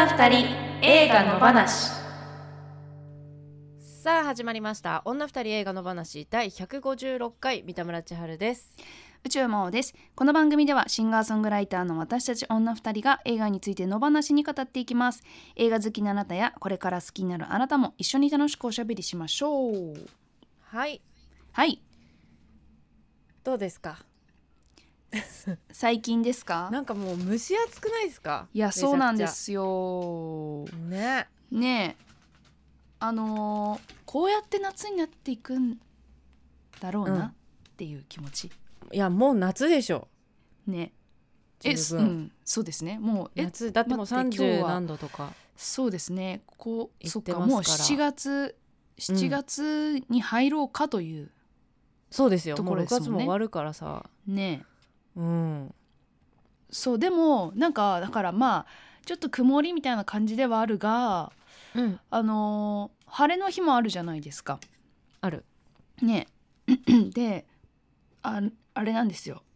女二人映画の話。 さあ始まりました女二人映画の話第156回三田村千春です。 宇宙魔王です。この番組ではシンガーソングライターの私たち女二人が映画について野放しに語っていきます。映画好きなあなたやこれから好きになるあなたも一緒に楽しくおしゃべりしましょう。 はいどうですか最近ですか？ なんかもう蒸し暑くないですか？ いやそうなんですよね。 ねえこうやって夏になっていくんだろうなっていう気持ち、 いやもう夏でしょね。 十分、 そうですね。もう夏だってもう30何度とか。 そうですね。そっかますからもう7月に入ろうかという、 そうですよ。 ともう6 ころですもんね。 月も終わるからさね。 うんそうでもなんかだからまあちょっと曇りみたいな感じではあるが、 うん晴れの日もあるじゃないですか。 あるね。であれなんですよ。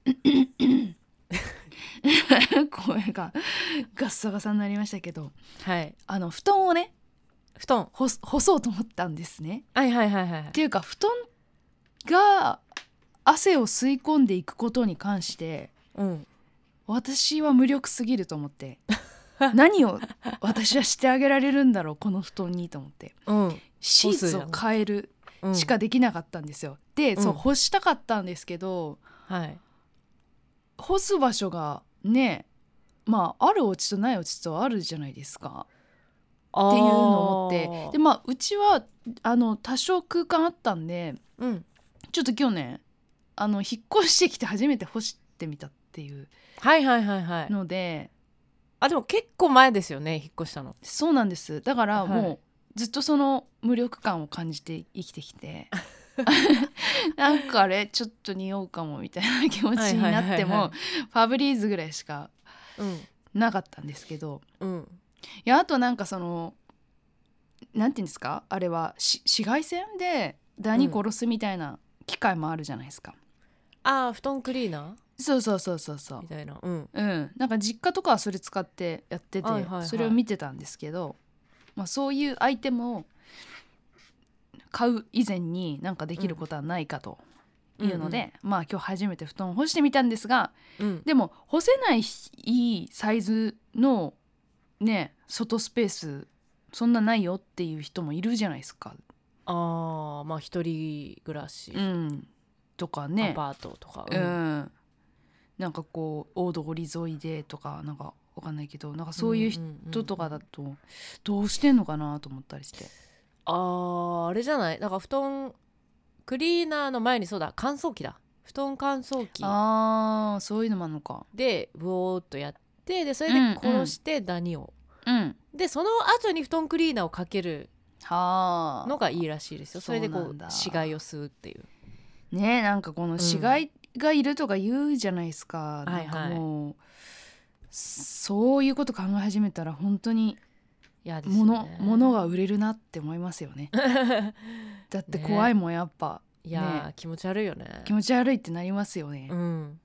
声がガッサガサになりましたけど、 はい布団をね布団干そうと思ったんですね。 はいっていうか布団が汗を吸い込んでいくことに関してうん私は無力すぎると思って何を私はしてあげられるんだろうこの布団にと思ってうんシーツを変えるしかできなかったんですよ。で、そう干したかったんですけど、 はい干す場所がねまああるお家とないお家とあるじゃないですかっていうのを思って、でまあうちは多少空間あったんで、ちょっと今日ね引っ越してきて初めて干してみたっていうはいので、 あでも結構前ですよね引っ越したの。 そうなんです。だからもうずっとその無力感を感じて生きてきてなんかあれちょっと匂うかもみたいな気持ちになってもファブリーズぐらいしかなかったんですけど、いやあとなんかそのなんていうんですか、あれは紫外線でダニ殺すみたいな機械もあるじゃないですか。 布団クリーナーそうみたいななんか実家とかはそれ使ってやってて、それを見てたんですけど、まあ、そういうアイテムを買う以前になんかできることはないかというので、まあ今日初めて布団を干してみたんですが、でも干せないいいサイズのね外スペースそんなないよっていう人もいるじゃないですか。 まあ一人暮らし、 とかねアパートとか、 なんかこう大通り沿いでとかなんかわかんないけど、なんかそういう人とかだとどうしてんのかなと思ったりして、 あれじゃない、だから布団クリーナーの前にそうだ乾燥機だ、布団乾燥機そういうのもあるのか。 でブオーっとやって、でそれで殺してダニを、でその後に布団クリーナーをかけるのがいいらしいですよ。それでこう紫外を吸うっていうね。なんかこの紫外がいるとか言うじゃないですか、なんかもうそういうこと考え始めたら本当に物が売れるなって思いますよねだって怖いもんやっぱ、 いや、気持ち悪いよね。 気持ち悪いってなりますよね。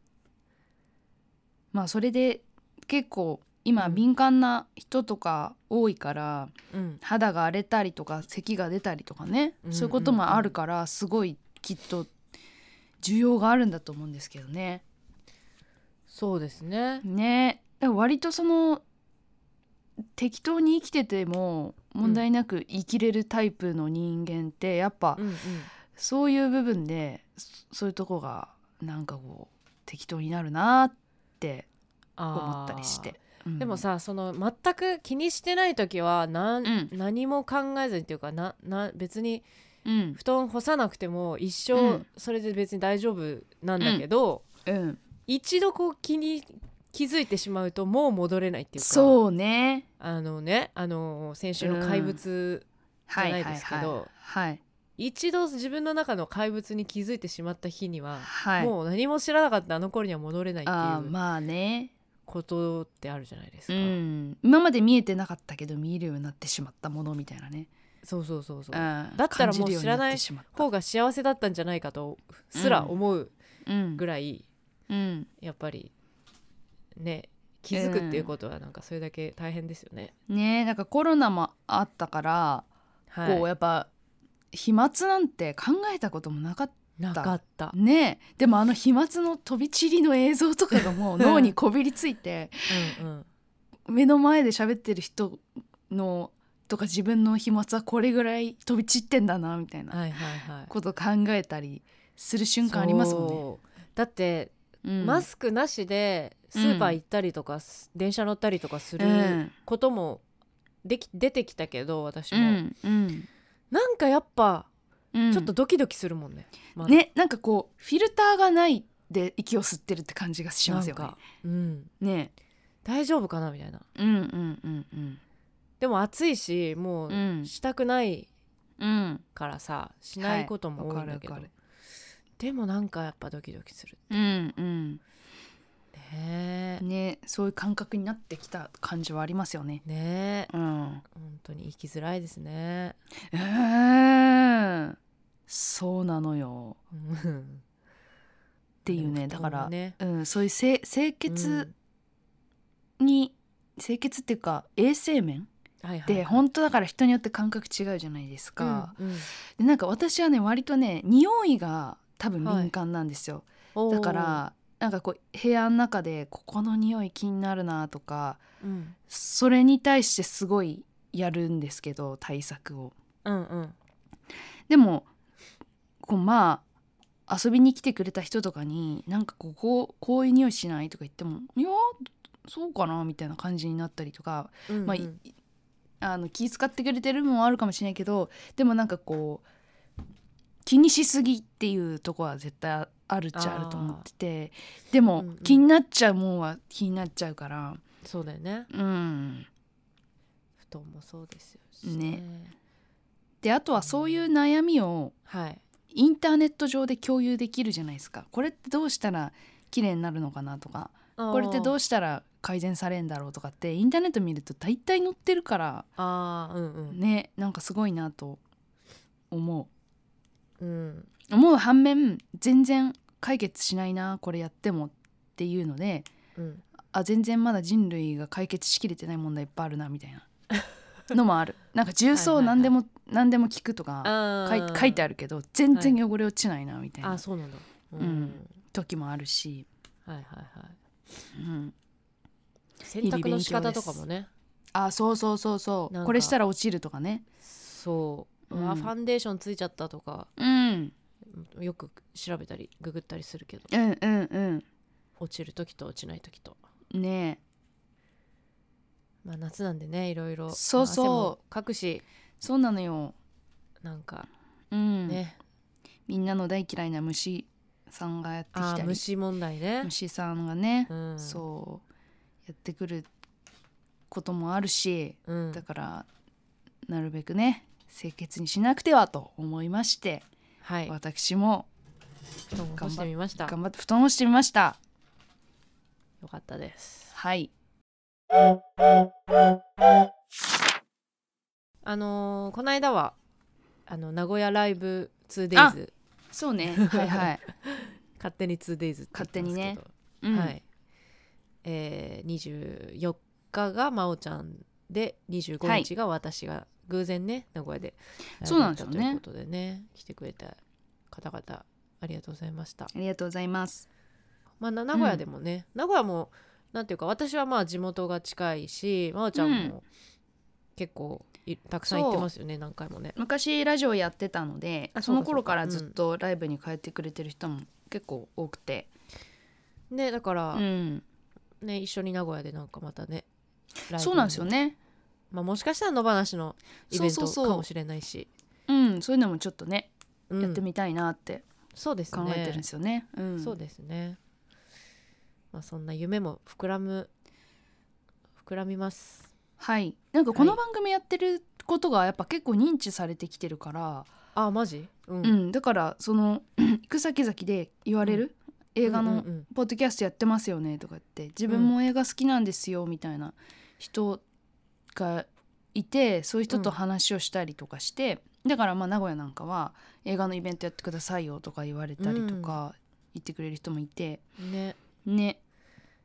まあそれで結構今敏感な人とか多いから、肌が荒れたりとか咳が出たりとかね、そういうこともあるからすごいきっと需要があるんだと思うんですけどね。 そうですね。 だから割とその適当に生きてても問題なく生きれるタイプの人間ってやっぱ、そういう部分でそういうとこがなんかこう適当になるなって思ったりして、 でもさ、その全く気にしてない時は何も考えずにっていうか別に布団干さなくても一生それで別に大丈夫なんだけど、一度こう気づいてしまうともう戻れないっていうか、 そうね、 先週の怪物じゃないですけど、一度自分の中の怪物に気づいてしまった日には、もう何も知らなかったあの頃には戻れないっていうまあねことってあるじゃないですか。 今まで見えてなかったけど見えるようになってしまったものみたいなね。 そうだったらもう知らない方が幸せだったんじゃないかとすら思うぐらい、やっぱりね気づくっていうことはなんかそれだけ大変ですよね。 ね、なんかコロナもあったから、 はい、 こうやっぱ飛沫なんて考えたこともなかったね。でも飛沫の飛び散りの映像とかがもう脳にこびりついて目の前で喋ってる人のとか自分の飛沫はこれぐらい飛び散ってんだなみたいなことを考えたりする瞬間ありますもんね。 だって、マスクなしでスーパー行ったりとか、電車乗ったりとかすることも出てきたけど、私も、なんかやっぱちょっとドキドキするもんね、 ね。なんかこうフィルターがないで息を吸ってるって感じがしますよね。ね、 大丈夫かなみたいな。でも暑いしもうしたくないからさ、しないことも多いんだけど、でもなんかやっぱドキドキする。 ね、そういう感覚になってきた感じはありますよね。 ね、本当に生きづらいですね。 そうなのよっていうね。だから、そういう清潔っていうか衛生面で本当だから人によって感覚違うじゃないですか。でなんか私はね割とね匂いが多分敏感なんですよ。だからなんかこう部屋の中でここの匂い気になるなとか、それに対してすごいやるんですけど対策を。でもこうまあ遊びに来てくれた人とかになんかこういう匂いしないとか言ってもいやそうかなみたいな感じになったりとか、気遣ってくれてるのもあるかもしれないけど、でもなんかこう気にしすぎっていうとこは絶対あるっちゃあると思ってて、でも、気になっちゃうもんは気になっちゃうから。 そうだよね。布団もそうですよね。であとはそういう悩みを、インターネット上で共有できるじゃないですか。これってどうしたら綺麗になるのかなとか、これってどうしたら改善されるんだろうとかってインターネット見ると大体載ってるから、ね、なんかすごいなと思う反面全然解決しないなこれやってもっていうので、全然まだ人類が解決しきれてない問題いっぱいあるなみたいなのもある。なんか重曹何でも効くとか書いてあるけど全然汚れ落ちないなみたいな、 そうなんだ、 時もあるし、 洗濯の仕方とかもね。 そうこれしたら落ちるとかね。 そう、ファンデーションついちゃったとか、よく調べたりググったりするけど、落ちる時と落ちない時とね。 夏なんでね、いろいろ汗もかくし、 そうなのよ。 なんかね、 みんなの大嫌いな虫さんがやってきたり、 虫問題ね、 虫さんがね、そうやってくることもあるし、だからなるべくね清潔にしなくてはと思いまして、私も布団を干してみました。 頑張って布団をしてみました。 よかったです。 はい。 この間は名古屋ライブ 2days、 そうね勝手に 2days って言ってますけど、24日が真央ちゃんで25日が私が偶然ね名古屋でそうなんですよね。 ということでね、来てくれた方々ありがとうございました。 ありがとうございます。 名古屋でもね、名古屋もなんていうか私は地元が近いし、真央ちゃんも結構たくさん行ってますよね、何回もね。 昔ラジオやってたので、その頃からずっとライブに通ってくれてる人も結構多くてね、だから、ね、一緒に名古屋でなんかまたねライブ、そうなんですよね。 もしかしたら野放しのイベントかもしれないし、 そういうのもちょっとね、やってみたいなって考えてるんですよね。 そうですね。そんな夢も膨らみます。 はい。なんかこの番組やってることがやっぱ結構認知されてきてるから、 マジ？ だからその行く先々で言われる、映画のポッドキャストやってますよねとかって、自分も映画好きなんですよみたいな人がいて、そういう人と話をしたりとかして、だから名古屋なんかは映画のイベントやってくださいよとか言われたりとか言ってくれる人もいてね。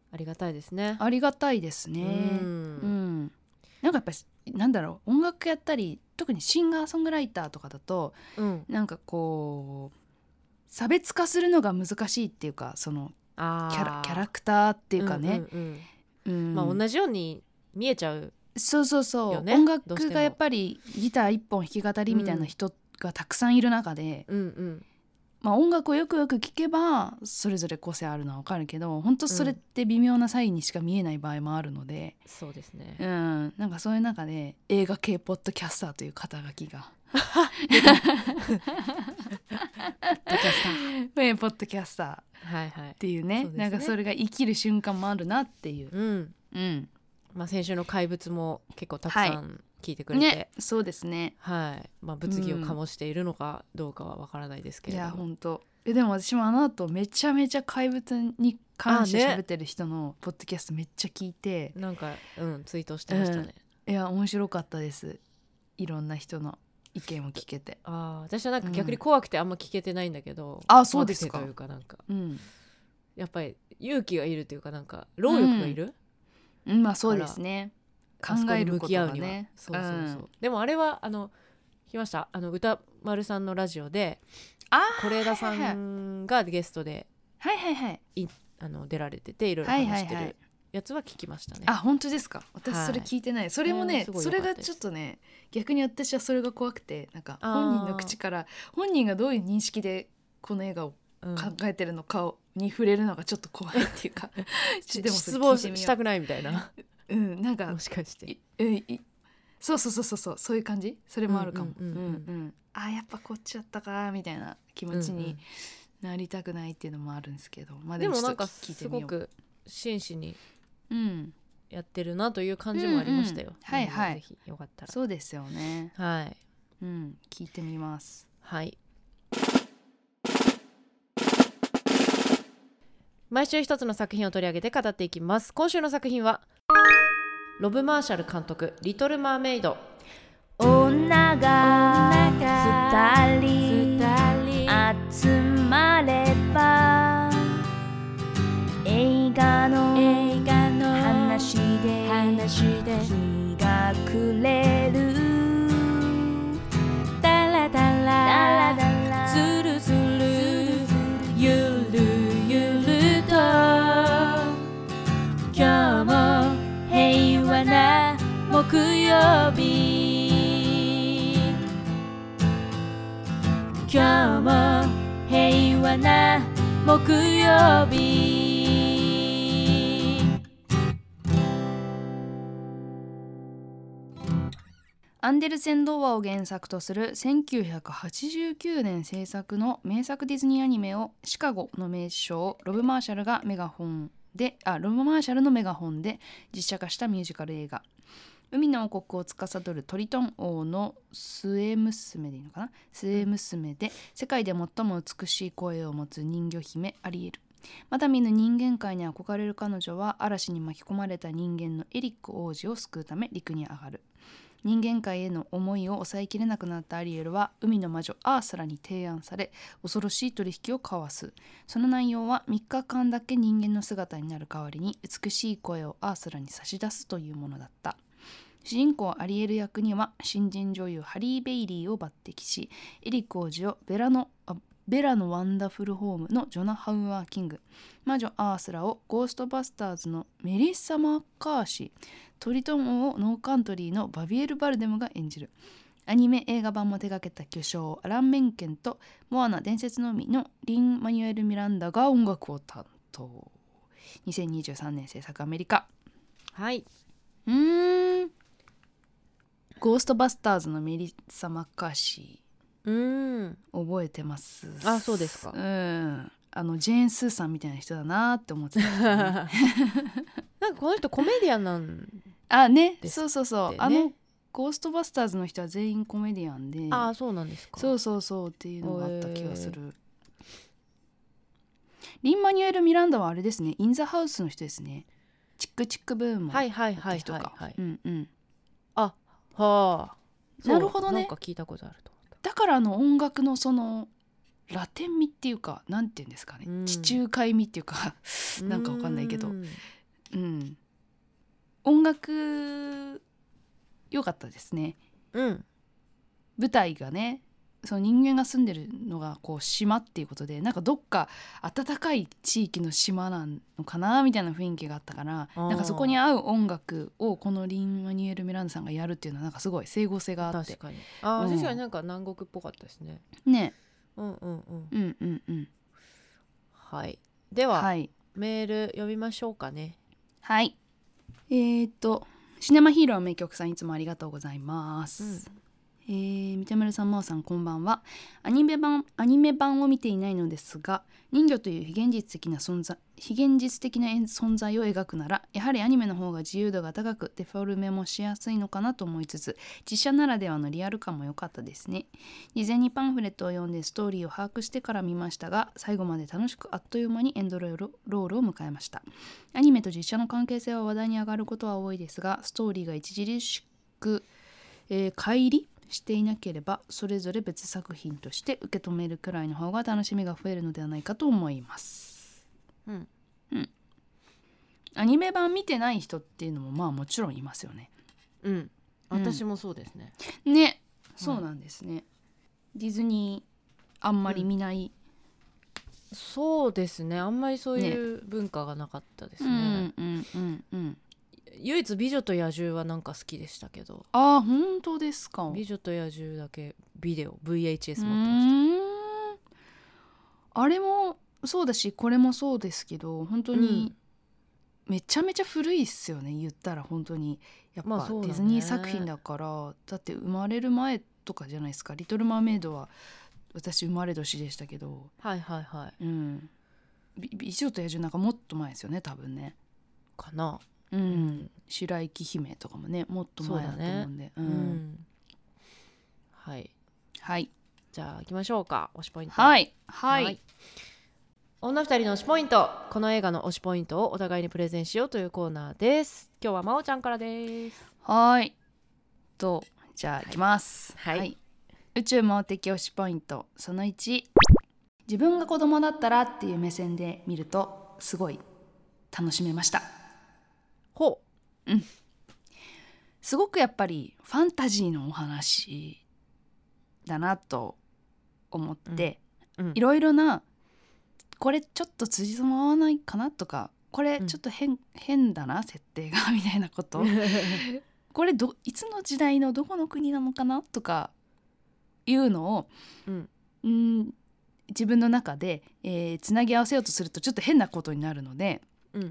ありがたいですね。 ありがたいですね。なんかやっぱりなんだろう、音楽やったり特にシンガーソングライターとかだと、なんかこう差別化するのが難しいっていうか、そのキャラクターっていうかね、 まあ同じように見えちゃう。 そうそうそう、音楽がやっぱりギター一本弾き語りみたいな人がたくさんいる中で、まあ、音楽をよくよく聴けばそれぞれ個性あるのは分かるけど、本当それって微妙な差異にしか見えない場合もあるので、 そうですね、 なんかそういう中で映画系ポッドキャスターという肩書きがポッドキャスターっていうね、なんかそれが生きる瞬間もあるなっていう、 まあ、先週の怪物も結構たくさん聞いてくれて、 そうですね、 まあ、物議を醸しているのかどうかはわからないですけれども、 いや本当でも私もあの後めちゃめちゃ怪物に関して喋ってる人のポッドキャストめっちゃ聞いて、 なんかツイートしてましたね、 いや面白かったです。いろんな人の意見を聞けて、 私はなんか逆に怖くてあんま聞けてないんだけど、 そうですか。 というかなんか、やっぱり勇気がいるというか、なんか労力がいる、 まあそうですね、考えることがね、 そうでもあれは聞きました、歌丸さんのラジオで是枝さんがゲストで出られてていろいろ話してるやつは聞きましたね。 本当ですか。私それ聞いてない、それもね、それがちょっとね逆に私はそれが怖くて、なんか本人の口から本人がどういう認識でこの映画を考えてるのかに触れるのがちょっと怖いっていうかでも失望したくないみたいななんかもしかしてそういう感じ、それもあるかも。やっぱこっちやったかみたいな気持ちになりたくないっていうのもあるんですけど、 でもなんかすごく真摯にやってるなという感じもありましたよ。ぜひよかったら。 そうですよね。聞いてみます。 毎週一つの作品を取り上げて語っていきます。今週の作品はロブ・マーシャル監督、リトル・マーメイド。 女が二人集まれば映画の話で日が暮れる。ダラダラズルズルゆるゆると今日も平和な木曜日、今日も平和な木曜日。 アンデルセン童話を原作とする1989年制作の名作ディズニーアニメをシカゴの名匠ロブ・マーシャルのメガホンで実写化したミュージカル映画。海の王国を司るトリトン王の末娘で世界で最も美しい声を持つ人魚姫アリエル。まだ見ぬ人間界に憧れる彼女は嵐に巻き込まれた人間のエリック王子を救うため陸に上がる。人間界への思いを抑えきれなくなったアリエルは海の魔女アースラに提案され、恐ろしい取引を交わす。その内容は3日間だけ人間の姿になる代わりに美しい声をアースラに差し出すというものだった。主人公アリエル役には新人女優ハリー・ベイリーを抜擢し、エリック王子をベラのワンダフルホームのジョナ・ハウアー・キング、魔女アースラをゴーストバスターズのメリッサ・マッカーシー、トリトン王をノーカントリーのバビエル・バルデムが演じる。アニメ映画版も手掛けた巨匠アラン・メンケンとモアナ伝説の海のリン・マニュエル・ミランダが音楽を担当。2023年制作アメリカ。ゴーストバスターズのメリッサ・マッカーシー覚えてます。 そうですか。 ジェーン・スーさんみたいな人だなって思ってた、ね、 なんかこの人コメディアンなんそうゴーストバスターズの人は全員コメディアンで、 そうなんですか。 そうっていうのがあった気がする。リン・マニュエル・ミランダはあれですね、イン・ザ・ハウスの人ですね。チックチックブームの人か。なるほどね。 なんか聞いたことあると思った。 だから音楽のそのラテン味っていうか、なんていうんですかね、地中海味っていうかなんかわかんないけど、 音楽良かったですね。舞台がね、その人間が住んでるのがこう島っていうことで、なんかどっか暖かい地域の島なのかなみたいな雰囲気があったから、なんかそこに合う音楽をこのリン・マニュエル・ミランダさんがやるっていうのはなんかすごい整合性があって、 確かに確かになんか南国っぽかったですね。 ね。 はい。では、メール読みましょうかね。 はい。シネマヒーロー名曲さん、いつもありがとうございます。三田村さん、真央さん、こんばんは。アニメ版を見ていないのですが、人魚という非現実的な存在を描くなら、やはりアニメの方が自由度が高くデフォルメもしやすいのかなと思いつつ、実写ならではのリアル感も良かったですね。事前にパンフレットを読んでストーリーを把握してから見ましたが、最後まで楽しくあっという間にエンドロールを迎えました。アニメと実写の関係性は話題に上がることは多いですが、ストーリーが著しく、乖離していなければ、それぞれ別作品として受け止めるくらいの方が楽しみが増えるのではないかと思います。アニメ版見てない人っていうのもまあもちろんいますよね。 私もそうですね。 ね、そうなんですね。ディズニーあんまり見ない、 そうですね、あんまりそういう文化がなかったですね。唯一美女と野獣はなんか好きでしたけど。 本当ですか。 美女と野獣だけビデオ VHS 持ってました。 あれもそうだしこれもそうですけど、本当にめちゃめちゃ古いっすよね、言ったら。本当にやっぱ、ディズニー作品だから。だって生まれる前とかじゃないですか。リトル・マーメイドは私生まれ年でしたけど、美女と野獣なんかもっと前ですよね、多分ね。 かな。 白雪姫とかもね、もっと前だと思うんで。 はい、じゃあ行きましょうか。推しポイント。女二人の推しポイント。この映画の推しポイントをお互いにプレゼンしようというコーナーです。今日は真央ちゃんからです。 じゃあ行きます。宇宙盲的推しポイントその1、自分が子供だったらっていう目線で見るとすごい楽しめました。すごくやっぱりファンタジーのお話だなと思って、いろいろなこれちょっと辻褄合わないかなとか、これちょっと変だな設定がみたいなことこれいつの時代のどこの国なのかなとかいうのを、自分の中で、つなぎ合わせようとするとちょっと変なことになるので、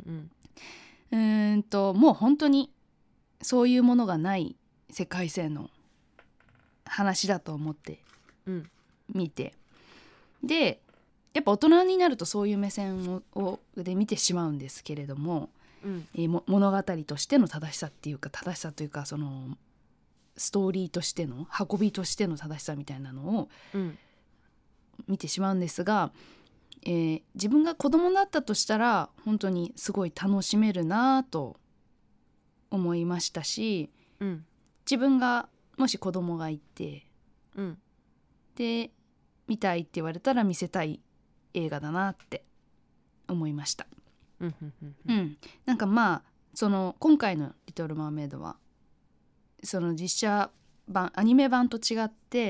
もう本当にそういうものがない世界線の話だと思って見て、でやっぱ大人になるとそういう目線で見てしまうんですけれども、物語としての正しさというかそのストーリーとしての運びとしての正しさみたいなのを見てしまうんですが、自分が子供だったとしたら本当にすごい楽しめるなと思いましたし、自分がもし子供がいて、で見たいって言われたら見せたい映画だなって思いました。なんかまあその今回のリトルマーメイドはその実写版アニメ版と違って、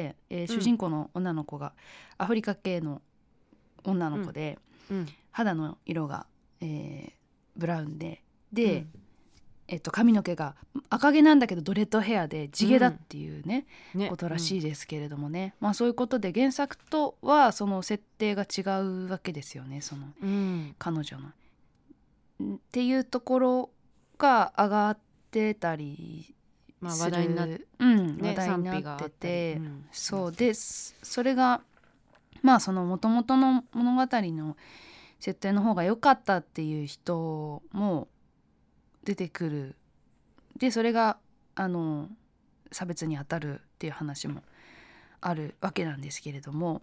主人公の女の子がアフリカ系の女の子で、肌の色が、ブラウンで、髪の毛が赤毛なんだけどドレッドヘアで地毛だっていうことらしいですけれどもね、まあそういうことで原作とはその設定が違うわけですよね、その、彼女のっていうところが上がってたりする、 話題になって、 話題になってて、そうです。それがまあその元々の物語の設定の方が良かったっていう人も出てくる。でそれが差別に当たるっていう話もあるわけなんですけれども、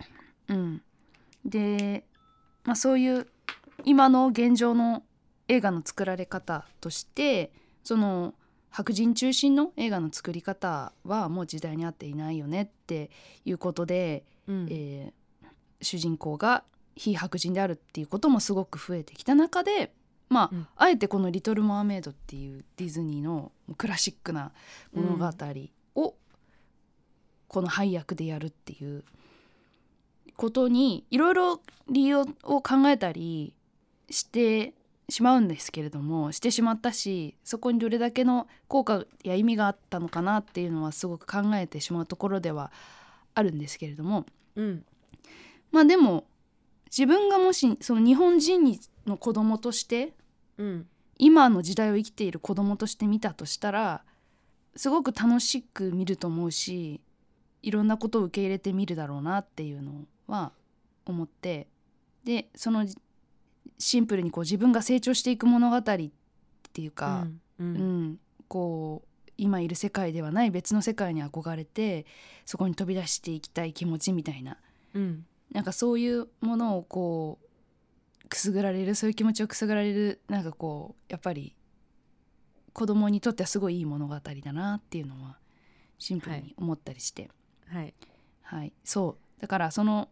で、まあ、そういう今の現状の映画の作られ方としてその白人中心の映画の作り方はもう時代に合っていないよねっていうことで、主人公が非白人であるっていうこともすごく増えてきた中で、 まあ、あえてこのリトル・マーメイドっていうディズニーのクラシックな物語をこの配役でやるっていうことにいろいろ理由を考えたりしてしまうんですけれども、してしまったし、そこにどれだけの効果や意味があったのかなっていうのはすごく考えてしまうところではあるんですけれども、まあでも自分がもしその日本人の子供として、今の時代を生きている子供として見たとしたらすごく楽しく見ると思うし、いろんなことを受け入れてみるだろうなっていうのは思って、でそのシンプルにこう自分が成長していく物語っていうか、こう今いる世界ではない別の世界に憧れてそこに飛び出していきたい気持ちみたいな、なんかそういうものをこうくすぐられる、そういう気持ちをくすぐられる、なんかこうやっぱり子供にとってはすごいいい物語だなっていうのはシンプルに思ったりして、そうだからその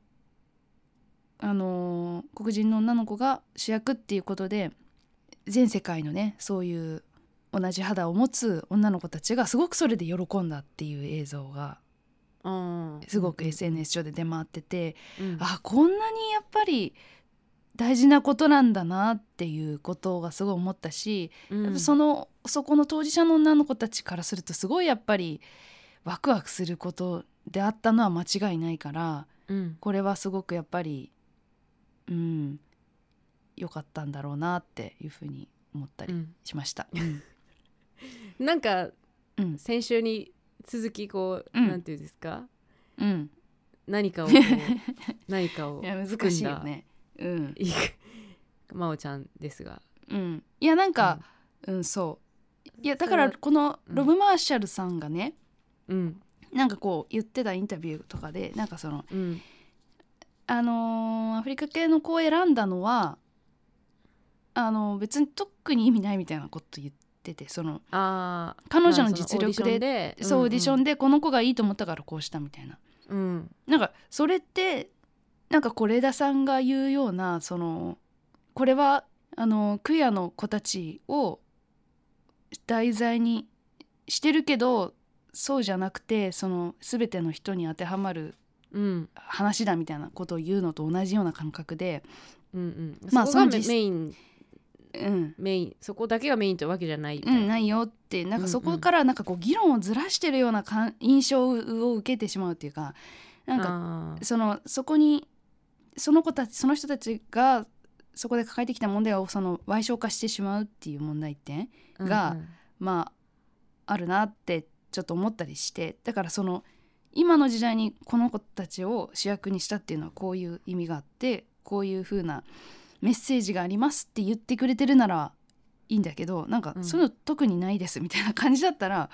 黒人の女の子が主役っていうことで全世界のねそういう同じ肌を持つ女の子たちがすごくそれで喜んだっていう映像がすごく SNS 上で出回ってて、こんなにやっぱり大事なことなんだなっていうことがすごい思ったし、そこの当事者の女の子たちからするとすごいやっぱりワクワクすることであったのは間違いないから、これはすごくやっぱり良かったんだろうなっていうふうに思ったりしました。 なんか、先週に続きこう、なんていうんですか、何かを何かを難しいよね。 真央ちゃんですが、 いやなんか、そういやだからこのロブ・マーシャルさんがね、なんかこう言ってたインタビューとかでなんかその、アフリカ系の子を選んだのは別に特に意味ないみたいなこと言ってて、その彼女の実力で、そうオーディションでこの子がいいと思ったからこうしたみたいな、なんかそれってなんか是枝さんが言うようなそのこれはクイアの子たちを題材にしてるけどそうじゃなくてその全ての人に当てはまる話だみたいなことを言うのと同じような感覚で、 まあそこがメイン、そこだけがメインというわけじゃないみたいな、 ないよって、なんかそこからなんかこう議論をずらしてるような印象を受けてしまうっていうか、なんかそこにその人たちがそこで抱えてきた問題をその矮小化してしまうっていう問題点が、まああるなってちょっと思ったりして、だからその今の時代にこの子たちを主役にしたっていうのはこういう意味があって、こういう風なメッセージがありますって言ってくれてるならいいんだけど、なんかそういうの特にないですみたいな感じだったら、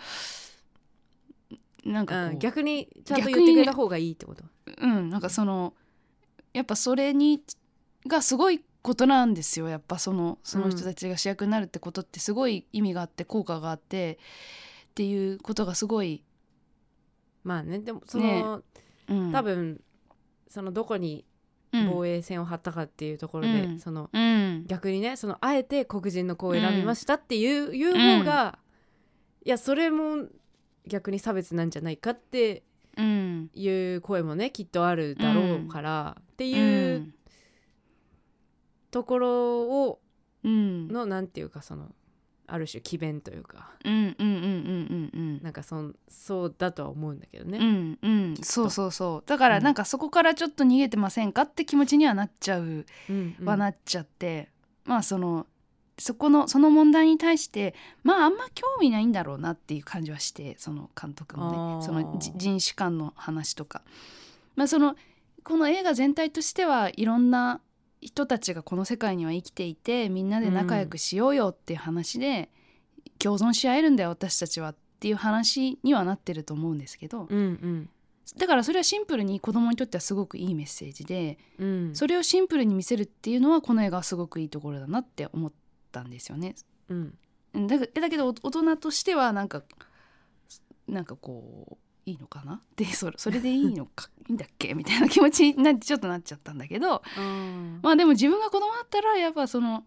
なんかこう、 逆にちゃんと言ってくれた方がいいってこと。 なんかそのやっぱそれにがすごいことなんですよ。やっぱその人たちが主役になるってことってすごい意味があって効果があってっていうことがすごい、 まあね、でもその、多分そのどこに防衛線を張ったかっていうところで、その逆にね、そのあえて黒人の子を選びましたっていう方が、いやそれも逆に差別なんじゃないかっていう声もねきっとあるだろうから、っていうところをのなんていうか、そのある種詭弁というか、なんかそうだとは思うんだけどね、 そうだからなんかそこからちょっと逃げてませんかって気持ちにはなっちゃう、なっちゃって、まあその問題に対してまああんま興味ないんだろうなっていう感じはして、その監督もね、その人種間の話とか、まあこの映画全体としてはいろんな人たちがこの世界には生きていて、みんなで仲良くしようよっていう話で、共存し合えるんだよ私たちはっていう話にはなってると思うんですけど、だからそれはシンプルに子供にとってはすごくいいメッセージで、それをシンプルに見せるっていうのはこの映画はすごくいいところだなって思ったんですよね。だけど大人としてはなんかこういいのかなで、それでいいのかいいんだっけみたいな気持ちにちょっとなっちゃったんだけど、まあでも自分が子供だったらやっぱその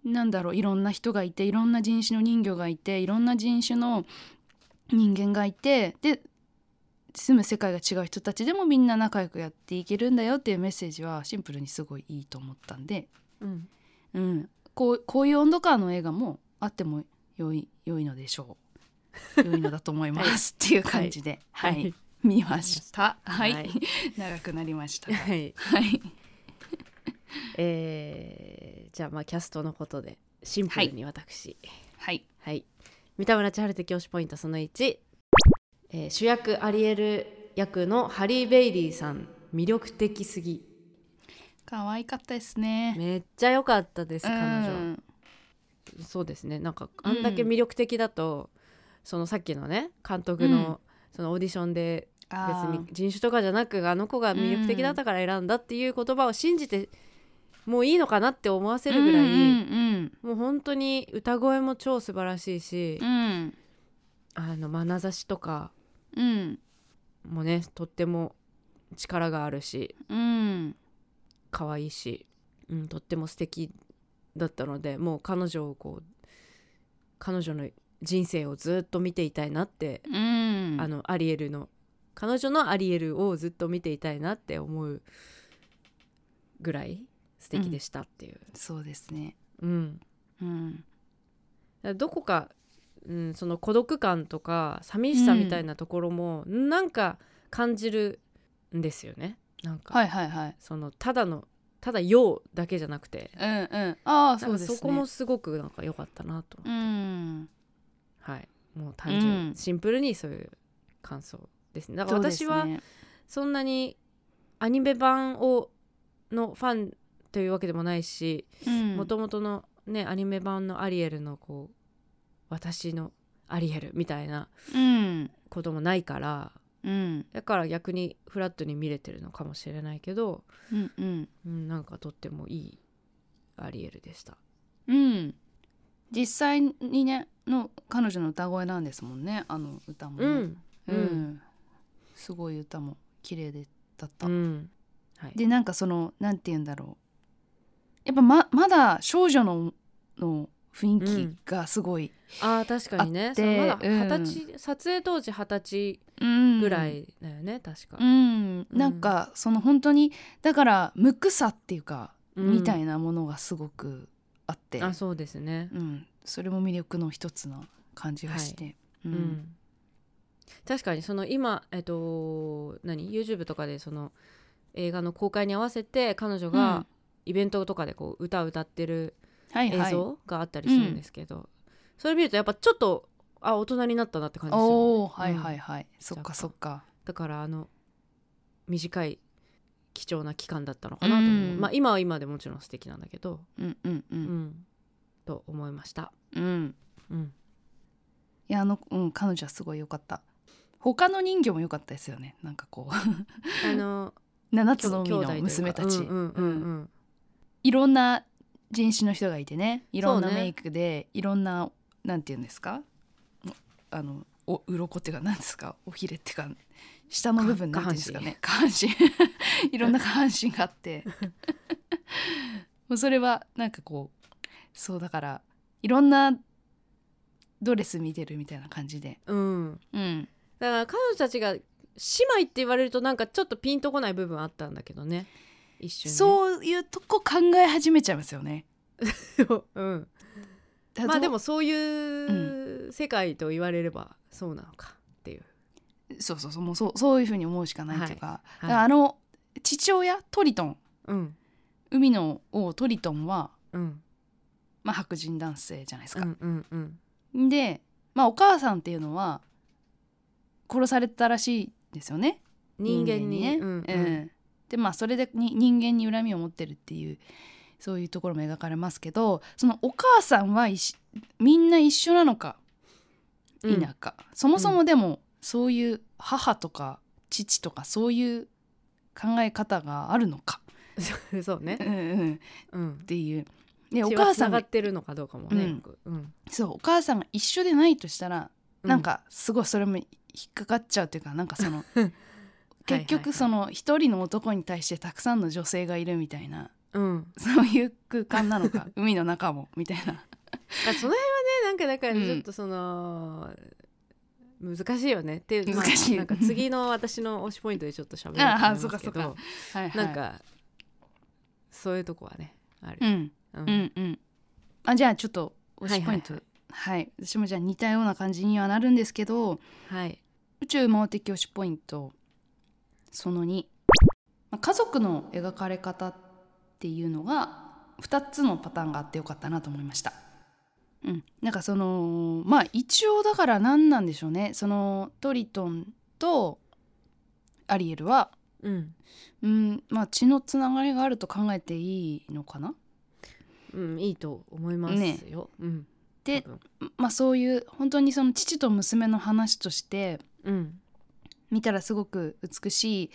なんだろう、いろんな人がいて、いろんな人種の人魚がいて、いろんな人種の人間がいて、で住む世界が違う人たちでもみんな仲良くやっていけるんだよっていうメッセージはシンプルにすごいいいと思ったんで、 うんうん、こういう温度感の映画もあっても良いのでしょう良いのだと思いますっていう感じで、はい、はい、見ました。はい、はい、長くなりました。 はい、 はいじゃあまあキャストのことでシンプルに私、 はいはい、三田村千春的推しポイントその1、主役アリエル役のハリー・ベイリーさん魅力的すぎ。 可愛かったですね。 めっちゃ良かったです彼女。そうですね、なんかあんだけ魅力的だと、そのさっきのね監督のそのオーディションで別に人種とかじゃなくあの子が魅力的だったから選んだっていう言葉を信じてもういいのかなって思わせるぐらい、もう本当に歌声も超素晴らしいし、眼差しとかもねとっても力があるし、可愛いし、とっても素敵だったので、もう彼女の人生をずっと見ていたいなって、アリエルの彼女のアリエルをずっと見ていたいなって思うぐらい素敵でしたっていう、 そうですね。 どこか、その孤独感とか寂しさみたいなところもなんか感じるんですよね。なんか、そのただ陽だけじゃなくて、そうですね、そこもすごくなんか良かったなと思って、はい、もう単純、シンプルにそういう感想ですね。だから私はそんなにアニメ版のファンというわけでもないし、もともとのねアニメ版のアリエルのこう私のアリエルみたいなこともないから、だから逆にフラットに見れてるのかもしれないけど、なんかとってもいいアリエルでした。 実際にねの彼女の歌声なんですもんね、あの歌もね。すごい歌も綺麗だった、でなんかそのなんて言うんだろう、やっぱ まだ少女の雰囲気がすごい確かにね、まだ20歳、撮影当時20歳ぐらいだよね、確か。 なんかその本当にだから無垢さっていうか、みたいなものがすごくあって、 そうですね、 それも魅力の一つな感じがして、 確かにその今YouTube とかでその映画の公開に合わせて彼女がイベントとかでこう歌を歌ってる映像があったりするんですけど、それ見るとやっぱちょっと大人になったなって感じですよね。 そっかそっか。 だから短い貴重な期間だったのかなと思う、今は今でもちろん素敵なんだけど、と思いました。いや彼女はすごい良かった。他の人魚も良かったですよね。なんかこう7つの海の娘たち、いろんな人種の人がいてね、いろんなメイクで、いろんななんていうんですか、鱗っていうかなんですか、おひれっていうか下の部分なんていうんですかね、下半身いろんな下半身があってもうそれはなんかこう、そうだからいろんなドレス見てるみたいな感じで、 だから彼女たちが姉妹って言われるとなんかちょっとピンとこない部分あったんだけどね、一瞬ね。 そういうとこ考え始めちゃいますよねまあでもそういう世界と言われればそうなのかっていう、 もうそういうふうに思うしかないっていうか、だから父親トリトン、海の王トリトンは、白人男性じゃないですか、で、お母さんっていうのは殺されたらしいですよね、人間にね。でそれで人間に恨みを持ってるっていう、そういうところも描かれますけど、そのお母さんはみんな一緒なのか否か、そもそもでもそういう母とか父とかそういう考え方があるのかそうね、 っていう。でお母さんがってるのかどうかもね、 そうお母さんが一緒でないとしたら、なんかすごいそれも引っかかっちゃうっていうか、なんかその結局その一人の男に対してたくさんの女性がいるみたいなうん、 そういう空間なのか海の中もみたいなその辺はねなんかだからちょっとその、難しいよねっていう難しい、 なんか次の私の推しポイントでちょっと喋ると思いますけどはいはい、 なんかそういうとこはねある、 うんうんうん、あじゃあちょっと推しポイント、はい、私もじゃあ似たような感じにはなるんですけど、 はい、 宇宙魔王的推しポイントその2、家族の描かれ方っていうのが2つのパターンがあってよかったなと思いました。うん、なんかその一応だから何なんでしょうね、そのトリトンとアリエルは、血のつながりがあると考えていいのかな。 いいと思いますよ、 で、そういう本当にその父と娘の話として、見たらすごく美しい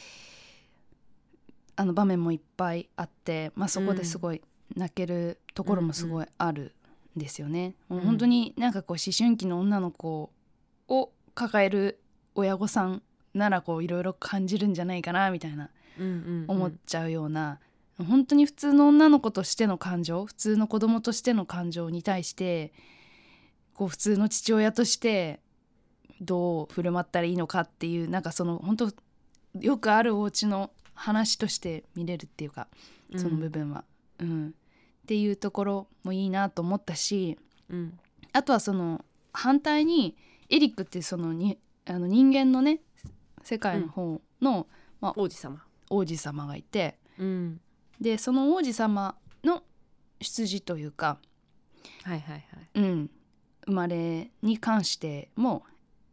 場面もいっぱいあって、そこですごい泣けるところもすごいあるんですよね、本当になんかこう思春期の女の子を抱える親御さんならこういろいろ感じるんじゃないかなみたいな、思っちゃうような本当に普通の女の子としての感情、普通の子供としての感情に対してこう普通の父親としてどう振る舞ったらいいのかっていう、なんかその本当よくあるお家の話として見れるっていうか、その部分は、っていうところもいいなと思ったし、あとはその反対にエリックってその人間のね世界の方の、王子様がいて、でその王子様の出自というか、生まれに関しても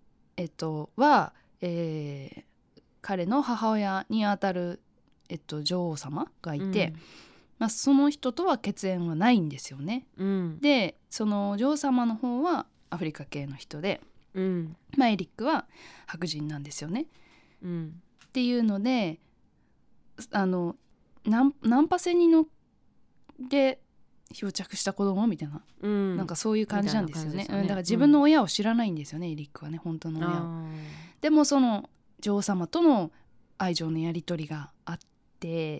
彼の母親にあたる、女王様がいて、その人とは血縁はないんですよね、でその女王様の方はアフリカ系の人で、エリックは白人なんですよね、っていうのでナンパ船に乗って漂着した子供みたいな、なんかそういう感じなんですよね。だから自分の親を知らないんですよね、エリックはね、本当の親を。でもその女王様との愛情のやり取りがあって、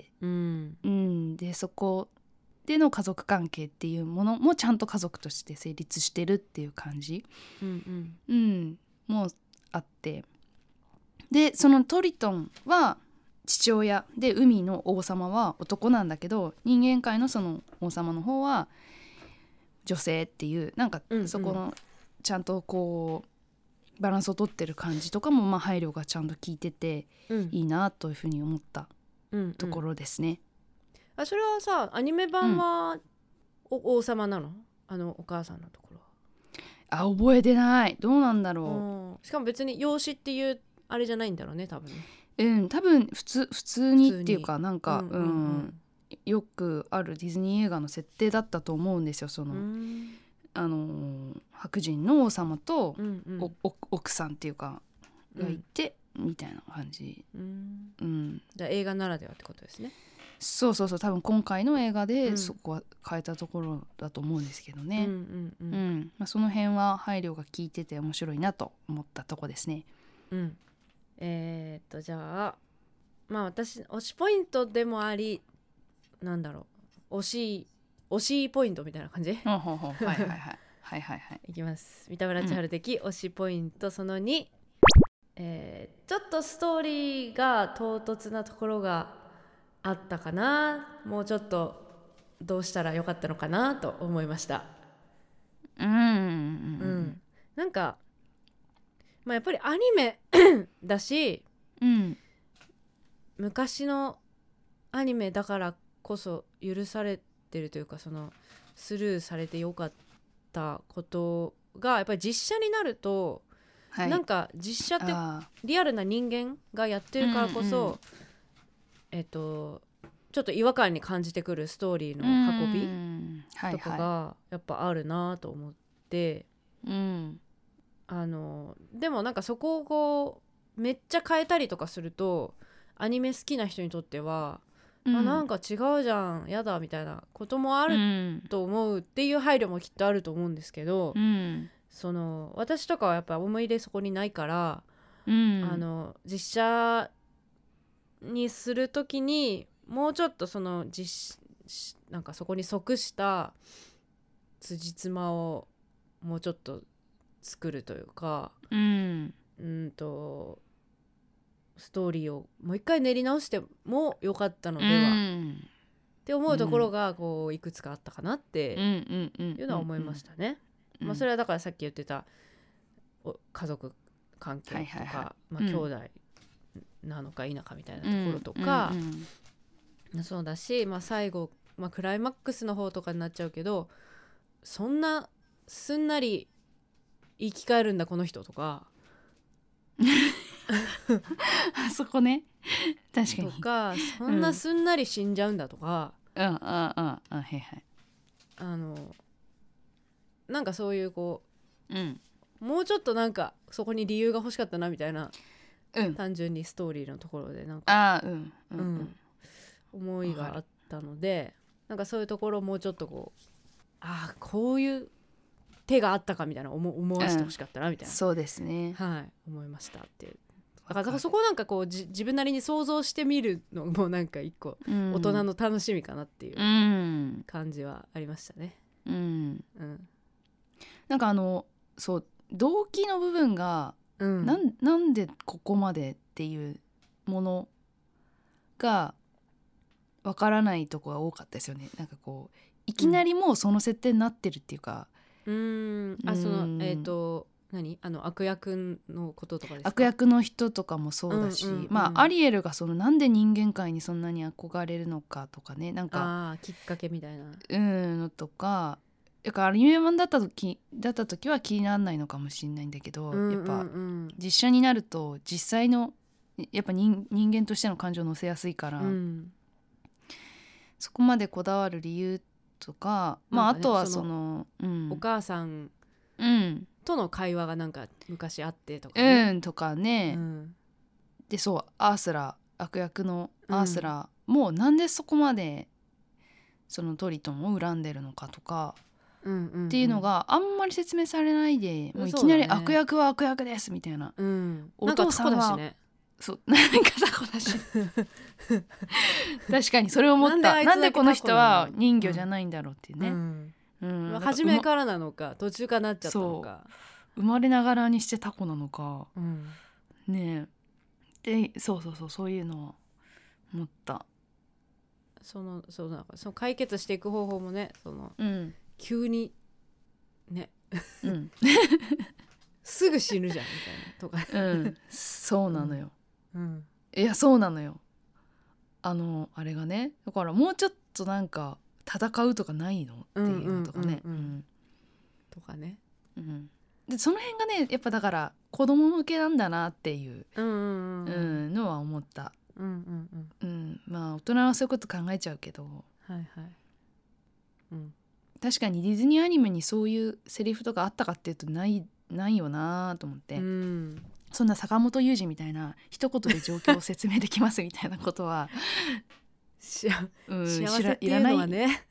でそこでの家族関係っていうものもちゃんと家族として成立してるっていう感じ、もあって、でそのトリトンは父親で海の王様は男なんだけど、人間界のその王様の方は女性っていう、なんかそこのちゃんとこうバランスをとってる感じとかも配慮がちゃんと効いてていいなというふうに思ったところですね。 それはさアニメ版は、王様なの？お母さんのところは。 覚えてない。どうなんだろう。しかも別に養子っていうあれじゃないんだろうね、多分ね。 多分普通にっていうか、なんかよくあるディズニー映画の設定だったと思うんですよ。その白人の王様と、奥さんっていうかがいて、みたいな感じ、 じゃあ映画ならではってことですね。 そう多分今回の映画でそこは変えたところだと思うんですけどね。その辺は配慮が効いてて面白いなと思ったとこですね。 じゃあ私推しポイントでもあり、なんだろう、推しポイントみたいな感じ。いきます。三田村千春的推しポイントその2、ちょっとストーリーが唐突なところがあったかな、もうちょっとどうしたらよかったのかなと思いました。なんかやっぱりアニメだし、昔のアニメだからこそ許されてるというか、そのスルーされてよかったことがやっぱり実写になると、なんか実写ってリアルな人間がやってるからこそ、ちょっと違和感に感じてくるストーリーの運びとかがやっぱあるなと思って、でもなんかそこをこうめっちゃ変えたりとかすると、アニメ好きな人にとっては、なんか違うじゃん、やだみたいなこともあると思うっていう配慮もきっとあると思うんですけど、その私とかはやっぱ思い入れそこにないから、実写にするときにもうちょっとそのなんかそこに即した辻褄をもうちょっと作るというか、ストーリーをもう一回練り直してもよかったのでは、って思うところがこういくつかあったかなっていうのは思いましたね。それはだからさっき言ってた家族関係とか、兄弟なのか否かみたいなところとか、そうだし、最後、クライマックスの方とかになっちゃうけど、そんなすんなり生き返るんだこの人とかそこね、確かにとか、そんなすんなり死んじゃうんだとか、なんかそういうこう、もうちょっとなんかそこに理由が欲しかったなみたいな、単純にストーリーのところでなんか思いがあったので、なんかそういうところをもうちょっとこう、こういう手があったかみたいな思わせてほしかったなみたいな、 そうですね、 思いましたっていう。だからそこなんかこう自分なりに想像してみるのもなんか一個大人の楽しみかなっていう感じはありましたね。 なんかそう動機の部分が、なんでここまでっていうものがわからないとこが多かったですよね。なんかこういきなりもうその設定になってるっていうか、 その何悪役のこととかですか？ 悪役の人とかもそうだし、アリエルがそのなんで人間界にそんなに憧れるのかとかね、なんかきっかけみたいなのとか、だからアニメ版だった時は気にならないのかもしれないんだけど、やっぱ実写になると実際のやっぱ人間としての感情を乗せやすいから、そこまでこだわる理由とか、あとはそのお母さんとの会話がなんか昔あってとかね、 とかね、でそうアースラ悪役のアースラもうなんでそこまでそのトリトンを恨んでるのかとか、っていうのがあんまり説明されないで、もういきなり悪役は悪役ですみたいな、お父さんはそうなんかタコだし確かにそれを思った。なんでこの人は人魚じゃないんだろうっていうね、 初めからなのか途中からなっちゃったのか、 生まれながらにしてタコなのか、ねえ、でそういうのは思った。 なんかその解決していく方法もね、急にね、すぐ死ぬじゃんみたいなとか、 そうなのよ、いやそうなのよ。あれがね、だからもうちょっとなんか戦うとかないのっていうのとかね、 とかね、 でその辺がねやっぱだから子供向けなんだなっていうのは思った。大人はそういうこと考えちゃうけど、確かにディズニーアニメにそういうセリフとかあったかっていうとないよなと思って、そんな坂本雄二みたいな一言で状況を説明できますみたいなことは幸せっていうのはね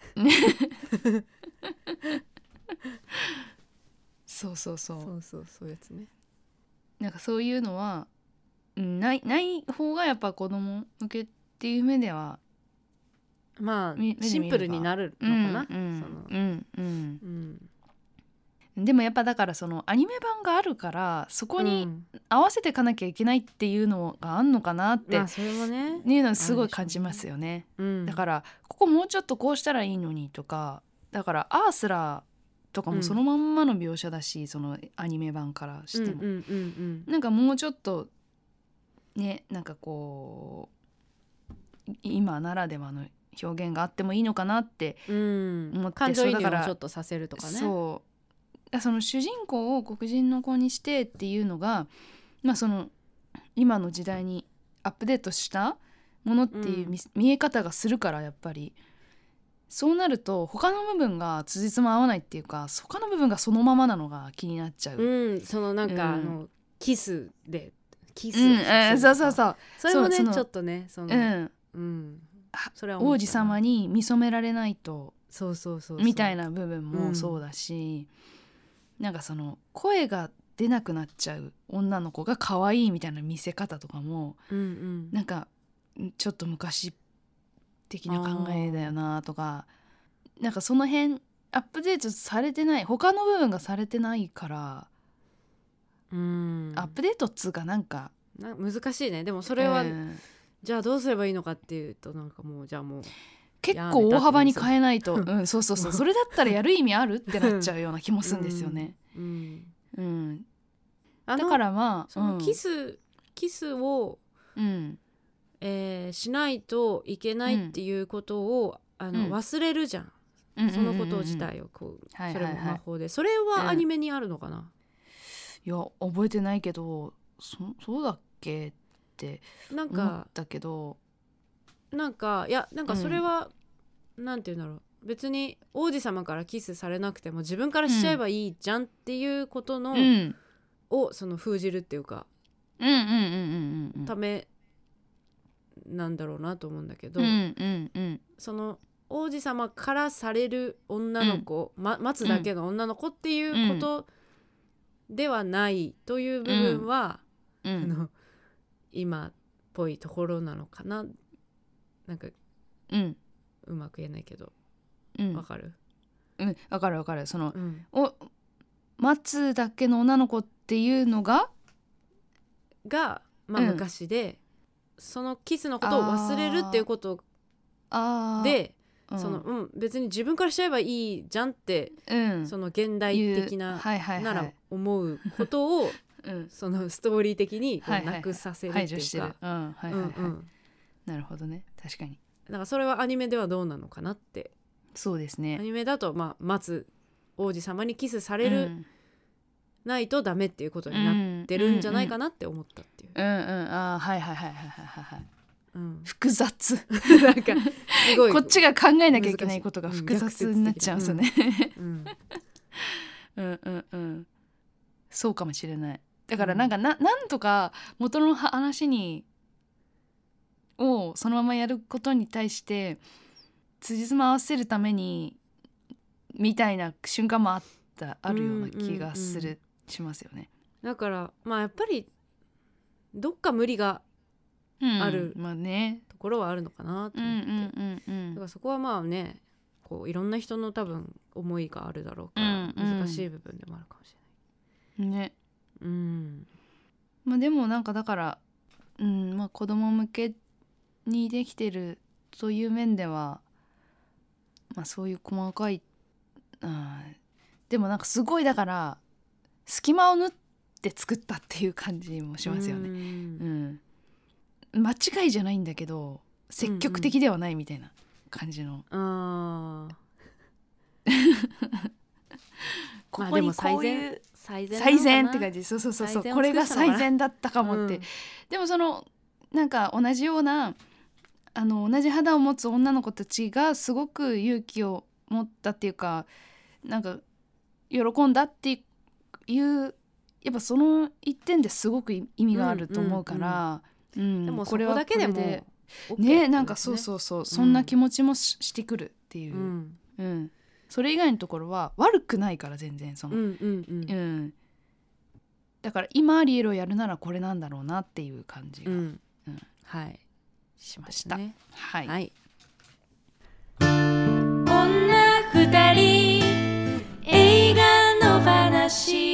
そういうやつね。 なんかそういうのはない方がやっぱ子供向けっていう目ではシンプルになるのかな。 でもやっぱだからそのアニメ版があるからそこに合わせていかなきゃいけないっていうのがあんのかなってそれもねいうのすごい感じますよね。だからここもうちょっとこうしたらいいのにとか、だからアースラとかもそのまんまの描写だし、そのアニメ版からしてもなんかもうちょっとね、なんかこう今ならではの表現があってもいいのかなって思って、 感情移入をちょっとさせるとかね。 その主人公を黒人の子にしてっていうのが、その今の時代にアップデートしたものっていう見え方がするから、やっぱりそうなると他の部分が辻褄合わないっていうか、他の部分がそのままなのが気になっちゃう。 そのなんか、キスそうそれもねちょっとねそれは王子様に見初められないとみたいな部分もそうだし、なんかその声が出なくなっちゃう女の子が可愛いみたいな見せ方とかも、なんかちょっと昔っ的な考えだよなとか、なんかその辺アップデートされてない、他の部分がされてないから、アップデートっつうかなんか難しいね。でもそれは、じゃあどうすればいいのかっていうと、なんかもうじゃあもう結構大幅に変えないとそうそうそう、それだったらやる意味あるってなっちゃうような気もするんですよね。だからまあそのキスを、しないといけないっていうことを、忘れるじゃん、そのこと自体をこう、それも魔法で、それはアニメにあるのかな。 いや覚えてないけど、そうだっけって思ったけど、 なんかいやなんかそれは、なんていうんだろう、別に王子様からキスされなくても自分からしちゃえばいいじゃんっていうことの、をその封じるっていうか、ためなんだろうなと思うんだけど、その王子様からされる女の子、待つだけの女の子っていうことではないという部分は、今っぽいところなのかな。なんか、うまく言えないけど、わかる？ わかるわかる。その、待つだけの女の子っていうのが昔で、そのキスのことを忘れるっていうことで、別に自分からしちゃえばいいじゃんって、その現代的ななら思うことを、そのストーリー的にこうなくさせるっていうか、 なるほどね、確かに。 だからそれはアニメではどうなのかなって。 そうですね。 アニメだと、待つ王子様にキスされる、ないとダメっていうことになってるんじゃないかなって思ったっていう。 複雑なんかすごいこっちが考えなきゃいけないことが複雑になっちゃうんですよね。そうかもしれない。だからなんかなんとか元の話にをそのままやることに対して辻褄合わせるためにみたいな瞬間もあるような気がしますよね。 だからやっぱりどっか無理があるところはあるのかなと思って、だからそこはまあね、こういろんな人の多分思いがあるだろうから難しい部分でもあるかもしれないね。 でもなんかだから、子供向けにできてるという面では、そういう細かい、でもなんかすごいだから隙間を縫って作ったっていう感じもしますよね。間違いじゃないんだけど積極的ではないみたいな感じの、ここにこういう最善って感じ。そうこれが最善だったかもって、でもそのなんか同じような同じ肌を持つ女の子たちがすごく勇気を持ったっていうか、なんか喜んだっていう、やっぱその一点ですごく意味があると思うから、 でもそこだけでもね、なんかそうそんな気持ちもしてくるっていう、それ以外のところは悪くないから全然その、だから今アリエルをやるならこれなんだろうなっていう感じが、しました。はい。 女二人映画の話。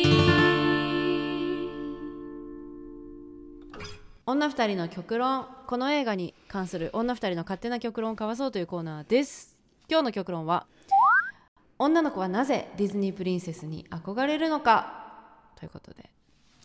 女二人の極論。この映画に関する女二人の勝手な極論を交わそうというコーナーです。今日の極論は、女の子はなぜディズニープリンセスに憧れるのかということで、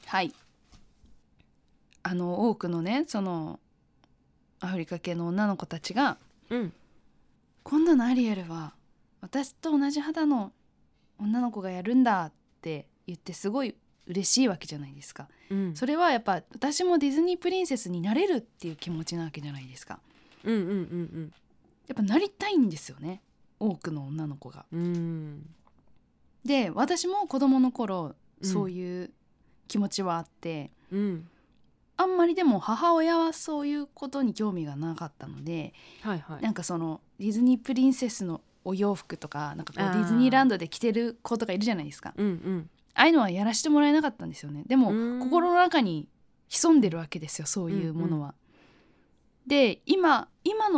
多くのね、そのアフリカ系の女の子たちが、今度のアリエルは私と同じ肌の女の子がやるんだって言ってすごい嬉しいわけじゃないですか、それはやっぱ私もディズニープリンセスになれるっていう気持ちなわけじゃないですか。やっぱなりたいんですよね、多くの女の子が。で私も子供の頃そういう気持ちはあって、あんまりでも母親はそういうことに興味がなかったので、なんかそのディズニープリンセスのお洋服とか、なんかこうディズニーランドで着てる子とかいるじゃないですか、ああいうのはやらせてもらえなかったんですよね。でも心の中に潜んでるわけですよ、そういうものは。で今の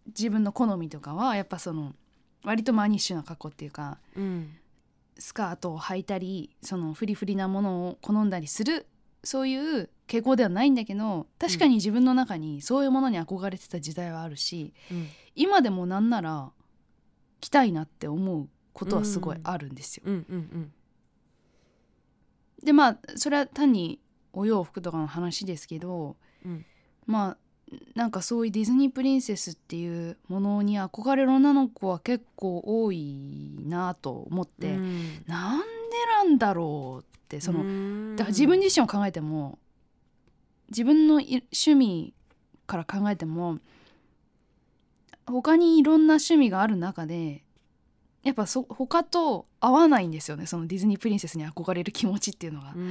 自分の好みとかはやっぱその割とマニッシュな格好っていうか、 うん、 スカートを履いたりそのフリフリなものを好んだりするそういう傾向ではないんだけど、確かに自分の中にそういうものに憧れてた時代はあるし、 うん、 今でもなんなら着たいなって思うことはすごいあるんですよ、 うんうんうん、 でまあそれは単にお洋服とかの話ですけど、 うん、 まあなんかそういうディズニープリンセスっていうものに憧れる女の子は結構多いなと思って、 うん、 なんでなんだろうってそのだから自分自身を考えても自分の趣味から考えても他にいろんな趣味がある中でやっぱ他と合わないんですよね、そのディズニープリンセスに憧れる気持ちっていうのが、 うんうんうん、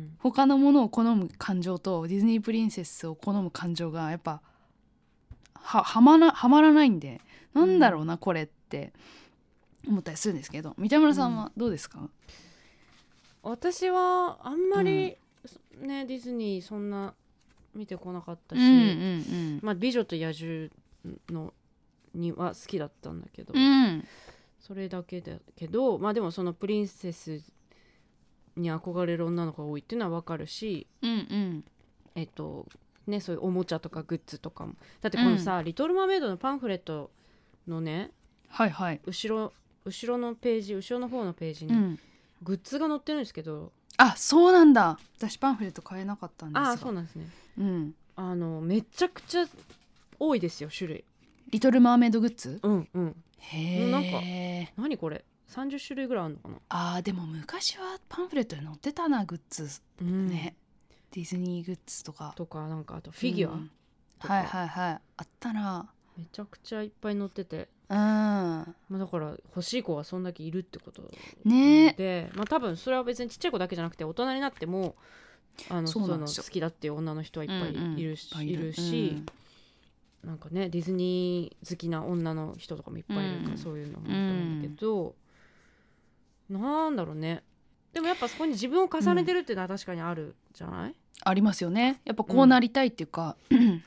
他のものを好む感情とディズニープリンセスを好む感情がやっぱはまらないんで、なんだろうな、これって思ったりするんですけど、三田村さんはどうですか？ 私はあんまり、ね、ディズニーそんな見てこなかったし、まあ、美女と野獣のには好きだったんだけど、それだけだけど、まあでもそのプリンセスに憧れる女の子が多いっていうのは分かるし、ね、そういうおもちゃとかグッズとかもだってこのさ、リトルマーメイドのパンフレットのね、 はいはい、 後ろのページ、後ろの方のページにグッズが載ってるんですけど、 あ、そうなんだ。私パンフレット買えなかったんですが。 あ、そうなんですね、めちゃくちゃ多いですよ、種類。 リトルマーメイドグッズ？ へえ。なんか何これ30種類ぐらいあるのかな。 あ、でも昔はパンフレットに載ってたな、グッズ、ね、ディズニーグッズとかなんかあとフィギュアとか、 はいはいはい、あったな。 めちゃくちゃいっぱい載ってて、まあ、だから欲しい子はそんだけいるってことねで、まあ、多分それは別にちっちゃい子だけじゃなくて大人になってもそういうの好きだっていう女の人はいっぱいいるし、なんかねディズニー好きな女の人とかもいっぱいいるから、そういうのもいいと思うんだけど、なんだろうね。でもやっぱそこに自分を重ねてるっていうのは確かにあるじゃない？ ありますよね。やっぱこうなりたいっていうか、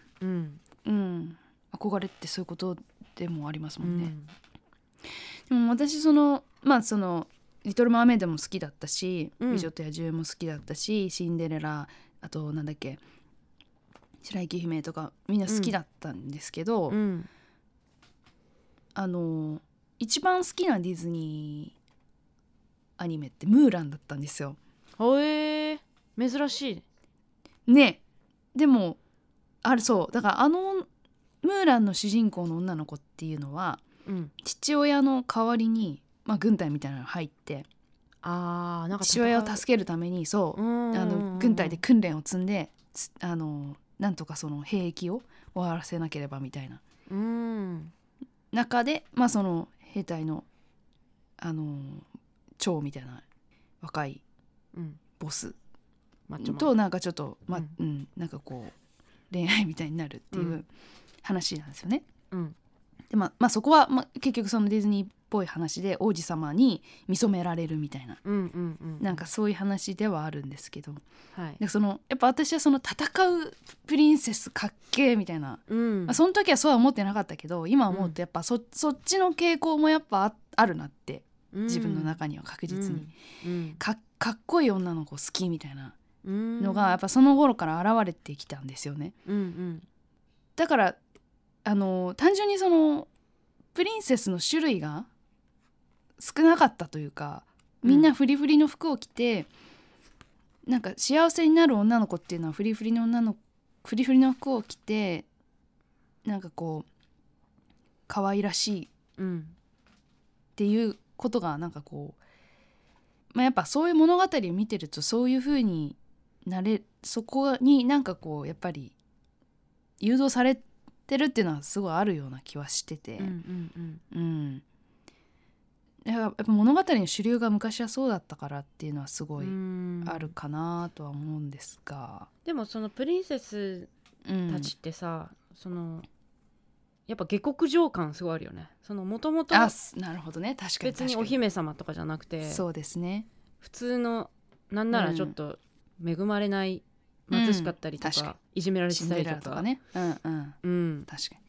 憧れってそういうことでもありますもんね、でも私そのリトルマーメイドも好きだったし、美女と野獣も好きだったし、シンデレラ、あとなんだっけ、白雪姫とかみんな好きだったんですけど、一番好きなディズニーアニメってムーランだったんですよ。 へえ、珍しいね。でもそうだからムーランの主人公の女の子っていうのは、父親の代わりに、軍隊みたいなのが入って、なんか父親を助けるために軍隊で訓練を積んでなんとかその兵役を終わらせなければみたいな、中で、その兵隊の長みたいな若いボスとなんかちょっと、なんかこう恋愛みたいになるっていう話なんですよね。でそこは、結局そのディズニーっぽい話で王子様に見初められるみたいな、なんかそういう話ではあるんですけど、でやっぱ私はその戦うプリンセスかっけーみたいな、その時はそうは思ってなかったけど、今思うとやっぱそっちの傾向もやっぱあるなって、自分の中には確実に、かっこいい女の子好きみたいなのがやっぱその頃から現れてきたんですよね。だから単純にそのプリンセスの種類が少なかったというか、みんなフリフリの服を着て、なんか幸せになる女の子っていうのはフリフリの服を着て、なんかこう可愛らしいっていうことがなんかこう、やっぱそういう物語を見てるとそういう風にそこになんかこうやっぱり誘導されてるっていうのはすごいあるような気はしてて、やっぱ物語の主流が昔はそうだったからっていうのはすごいあるかなとは思うんですが、 でもそのプリンセスたちってさ、やっぱ下克上感すごいあるよね。もともとなるほどね、確かに別にお姫様とかじゃなくて、 そうですね、 普通のなんならちょっと恵まれない貧しかったりとか、いじめられてたりとかね、確かに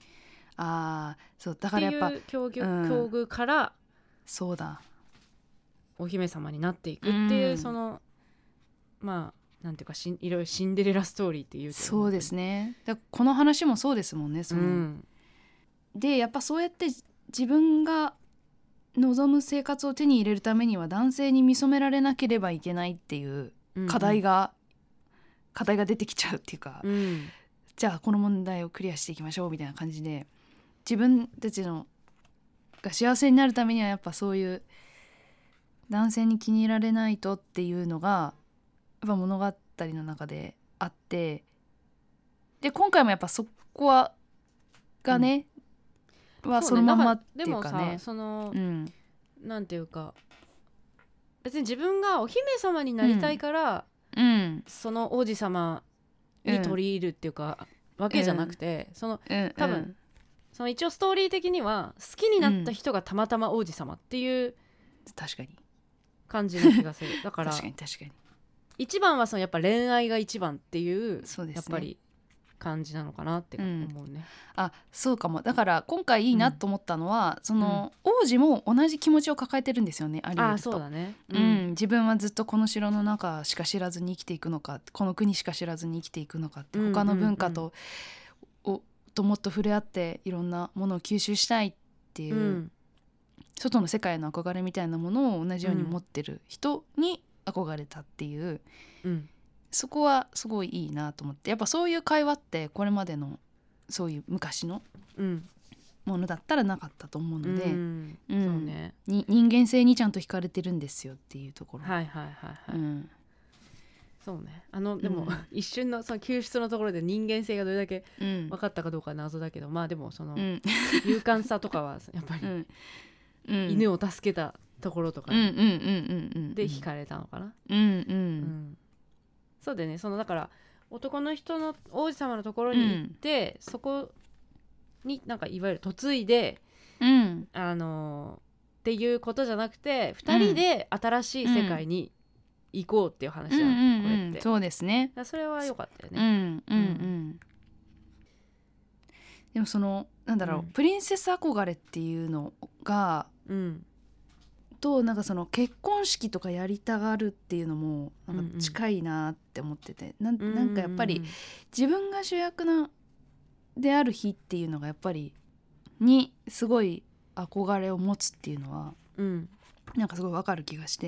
そうだからやっぱっていう境遇からそうだお姫様になっていくっていう、そのまあなんていうかいろいろシンデレラストーリーっていうそうですね。だからこの話もそうですもんね。でやっぱそうやって自分が望む生活を手に入れるためには男性に見初められなければいけないっていう課題が出てきちゃうっていうか、じゃあこの問題をクリアしていきましょうみたいな感じで、自分たちのが幸せになるためにはやっぱそういう男性に気に入られないとっていうのがやっぱ物語の中であって、で今回もやっぱそこはがね、はそのまんまっていうかね。 でもさその、なんていうか別に自分がお姫様になりたいから、その王子様に取り入るっていうか、わけじゃなくて、その多分、その一応ストーリー的には好きになった人がたまたま王子様っていう確かに感じの気がする。だから確かに一番はそのやっぱ恋愛が一番っていう、 そうですね、 やっぱり感じなのかなって思うね。 そうかも。だから今回いいなと思ったのは、その王子も同じ気持ちを抱えてるんですよね、アリエルと。 そうだね、 自分はずっとこの城の中しか知らずに生きていくのか、この国しか知らずに生きていくのかって、他の文化ともっと触れ合っていろんなものを吸収したいっていう、外の世界の憧れみたいなものを同じように持ってる人に憧れたっていう、そこはすごいいいなと思って。やっぱそういう会話ってこれまでのそういう昔のものだったらなかったと思うので、 そうね、 人間性にちゃんと惹かれてるんですよっていうところ。 そうね。でも、一瞬のその救出のところで人間性がどれだけ分かったかどうか謎だけど、まあでもその、勇敢さとかはやっぱり、犬を助けたところとかで惹かれたのかな。そうでね、そのだから男の人の王子様のところに行って、そこになんかいわゆる嫁いで、っていうことじゃなくて、2人で新しい世界に行こうっていう話だ、これって。 そうですね。 それは良かったよね。 でもそのなんだろう、プリンセス憧れっていうのが、となんかその結婚式とかやりたがるっていうのもなんか近いなって思ってて、なんかやっぱり自分が主役である日っていうのがやっぱりにすごい憧れを持つっていうのは、なんかすごい分かる気がして、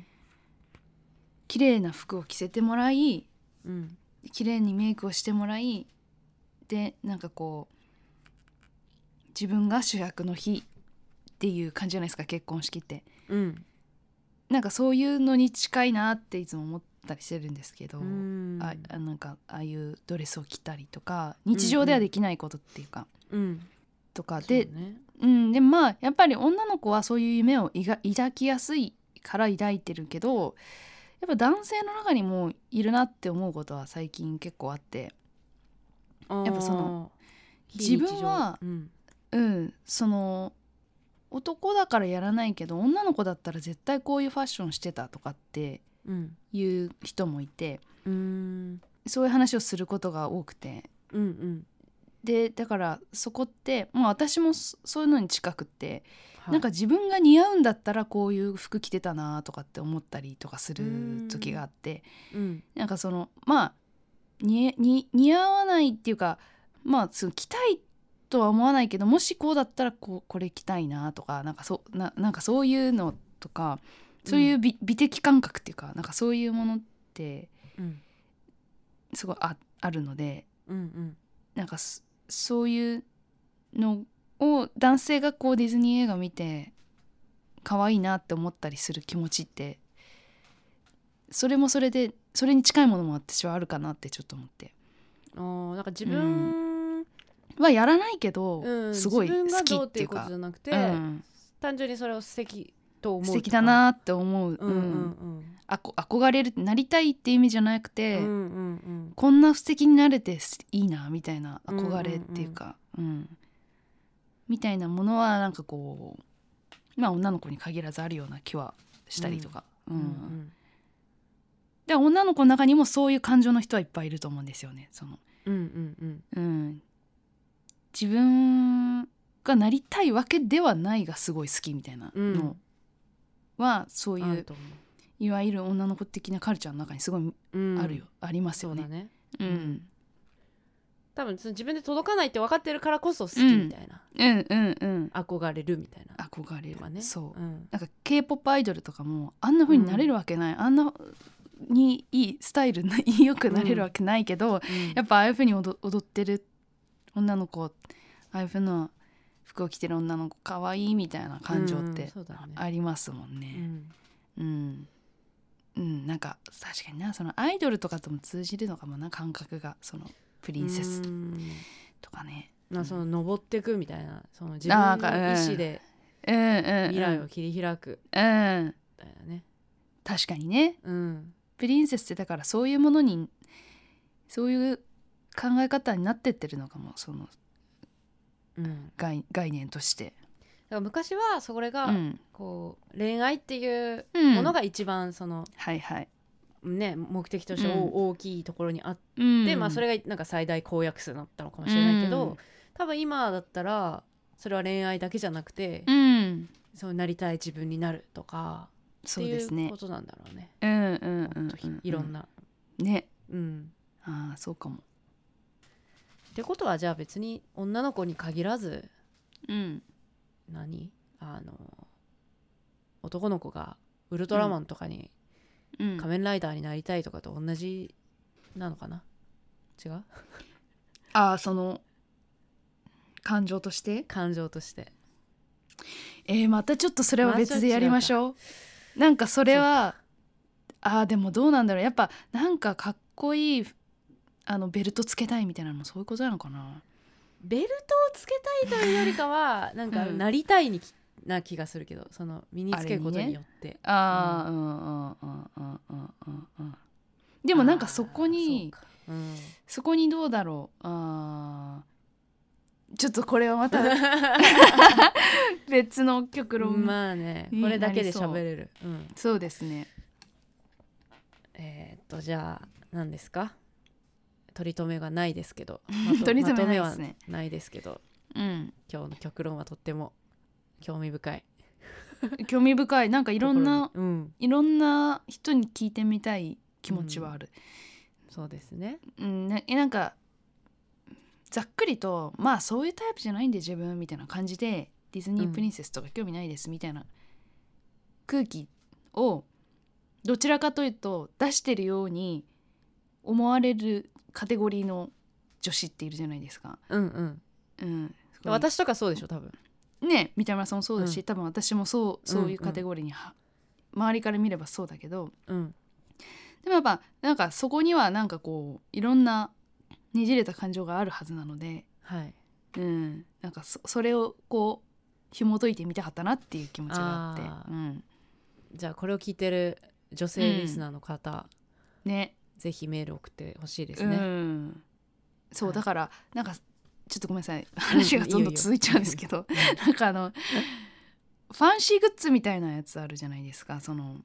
綺麗な服を着せてもらい、綺麗にメイクをしてもらいで、なんかこう自分が主役の日っていう感じじゃないですか、結婚式って、なんかそういうのに近いなっていつも思ったりしてるんですけど、なんかああいうドレスを着たりとか日常ではできないことっていうか、とかで、でまあやっぱり女の子はそういう夢を抱きやすいから抱いてるけど、やっぱ男性の中にもいるなって思うことは最近結構あって、やっぱその自分は、その男だからやらないけど女の子だったら絶対こういうファッションしてたとかっていう人もいて、そういう話をすることが多くて、でだからそこって、私もそういうのに近くって、なんか自分が似合うんだったらこういう服着てたなとかって思ったりとかする時があって、なんかその似合わないっていうか、その着たいとは思わないけど、もしこうだったらこれ着たいなとか、なんかそういうのとか、そういう美的感覚っていうか、なんかそういうものってすごいあるので、なんかそういうのを男性がこうディズニー映画見て可愛いなって思ったりする気持ちって、それもそれでそれに近いものも私はあるかなってちょっと思って、 なんか自分はやらないけど、すごい好きっていうか、 自分がどうっていうことじゃなくて、単純にそれを素敵と思う、 素敵だなって思う、憧れる、なりたいって意味じゃなくて、こんな素敵になれていいなみたいな憧れっていうか、みたいなものはなんかこう、女の子に限らずあるような気はしたりとか、で女の子の中にもそういう感情の人はいっぱいいると思うんですよね。その自分がなりたいわけではないがすごい好きみたいなのは、そういういわゆる女の子的なカルチャーの中にすごいあるよ、ありますよね。 そうだね、多分自分で届かないって分かってるからこそ好きみたいな、憧れるみたいな、 憧れる、 ね、 そう、なんか K-POP アイドルとかもあんな風になれるわけない、あんなにいいスタイルよくなれるわけないけど、やっぱああいう風に踊ってる女の子、ああいう風な服を着てる女の子可愛いみたいな感情ってありますもんね。なんか確かにな、そのアイドルとかとも通じるのかもな、感覚が、そのプリンセスとかね、 その登ってくみたいな、その自分の意思で未来を切り開くだよね。 確かにね、プリンセスってだからそういうものに、そういう考え方になってってるのかも、その、概念として。 だから昔はそれがこう恋愛っていうものが一番その、ね、目的として大きいところにあって、まあ、それがなんか最大公約数だったのかもしれないけど、多分今だったらそれは恋愛だけじゃなくて、そうなりたい自分になるとかっていうことなんだろうね。いろんなね、ああそうかも。 ってことはじゃあ別に女の子に限らず、男の子がウルトラマンとかに、仮面ライダーになりたいとかと同じなのかな、違う？ その感情としてまたちょっとそれは別でやりましょう。なんかそれはでもどうなんだろう、やっぱなんかかっこいいベルトつけたいみたいなのもそういうことなのかな。 ベルトをつけたいというよりかはなんかなりたいな気がするけど、その身につけることによって、 でもなんかそこにどうだろう、ちょっとこれはまた別の極論、 まあね、これだけで喋れる。 そうですね。 じゃあ何ですか、取り留めがないですけど、 取り留めないはないですけど、今日の極論はとっても興味深い興味深い。なんかいろんな人に聞いてみたい気持ちはある。 そうですね。 なんかざっくりと、まあそういうタイプじゃないんで自分みたいな感じで、ディズニープリンセスとか興味ないですみたいな空気をどちらかというと出してるように思われるカテゴリーの女子っているじゃないですか。 私とかそうでしょ多分ね。三田村さんもそうだし、多分私もそういうカテゴリーに周りから見ればそうだけど、でもやっぱなんかそこにはなんかこういろんなねじれた感情があるはずなので、なんかそれをこう紐解いてみたかったなっていう気持ちがあって、 じゃあこれを聞いてる女性リスナーの方、 ね、 ぜひメール送ってほしいですね。 そうだからなんかちょっとごめんなさい、話がどんどん続いちゃうんですけど、なんかファンシーグッズみたいなやつあるじゃないですか、その、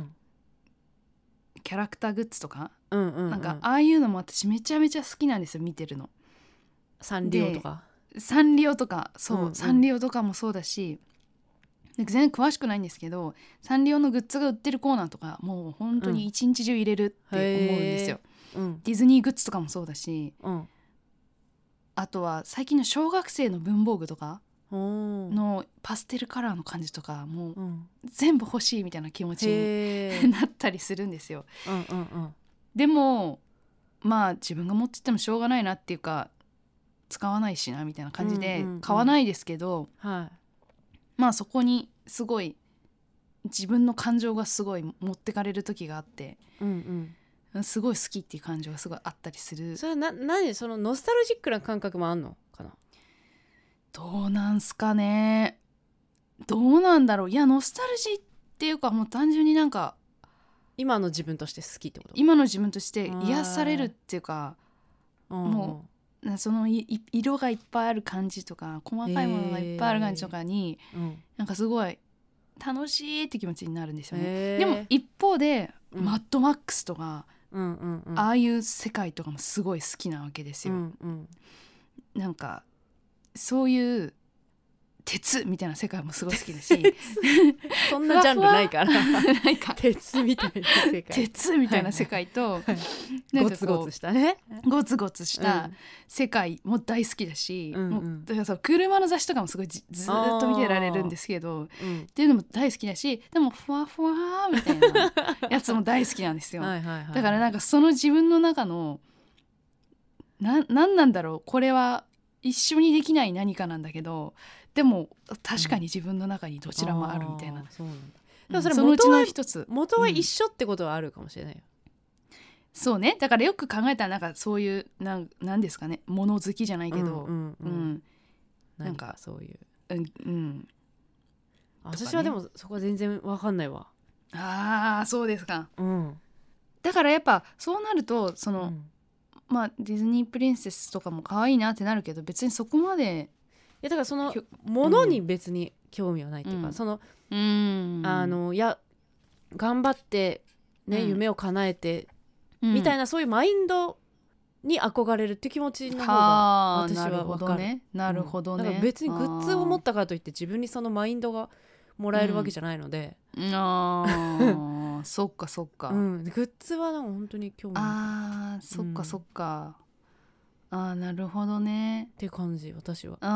キャラクターグッズとか、なんかああいうのも私めちゃめちゃ好きなんですよ、見てるの。 サンリオとかそう、サンリオとかもそうだし、全然詳しくないんですけど、サンリオのグッズが売ってるコーナーとかもう本当に一日中入れるって思うんですよ。ディズニーグッズとかもそうだし、あとは最近の小学生の文房具とかのパステルカラーの感じとかもう全部欲しいみたいな気持ちになったりするんですよ。でもまあ自分が持っててもしょうがないなっていうか、使わないしなみたいな感じで買わないですけど、まあそこにすごい自分の感情がすごい持ってかれる時があって、すごい好きっていう感情がすごいあったりする。 それは何そのノスタルジックな感覚もあんのかな。 どうなんすかね、どうなんだろう。いやノスタルジーっていうか、もう単純になんか今の自分として好きってこと。 今の自分として癒されるっていうか、もうその色がいっぱいある感じとか、細かいものがいっぱいある感じとかに、なんかすごい楽しいって気持ちになるんですよね。でも一方で、マッドマックスとか、ああいう世界とかもすごい好きなわけですよ。なんかそういう鉄みたいな世界もすごい好きだしそんなジャンルないからなんか鉄みたいな世界鉄みたいな世界と、 ゴツゴツしたねゴツゴツした世界も大好きだし、もうだからさ車の雑誌とかもすごいずっと見てられるんですけど、っていうのも大好きだし、でもふわふわみたいなやつも大好きなんですよ。だからなんかその自分の中のなんだろう、これは一緒にできない何かなんだけど、でも確かに自分の中にどちらもあるみたいな、 そうなんだ。でもそれそのうちの一つ、 元は一緒ってことはあるかもしれないよ、 そうね。だからよく考えたらなんかそういうなんですかね、物好きじゃないけど、なんかそういう、 私はでもそこは全然わかんないわ。 ああ、そうですか、だからやっぱそうなるとその、まあディズニープリンセスとかも可愛いなってなるけど、別にそこまで、 いやだからそのものに別に興味はないっていうか、そのいや頑張ってね、夢を叶えてみたいな、そういうマインドに憧れるっていう気持ちの方が私は分かる。 なるほどね。 だから別にグッズを持ったからといって自分にそのマインドがもらえるわけじゃないので、 そっかそっか、 グッズはなんか本当に興味ない。 そっかそっか、なるほどねっていう感じ、私は。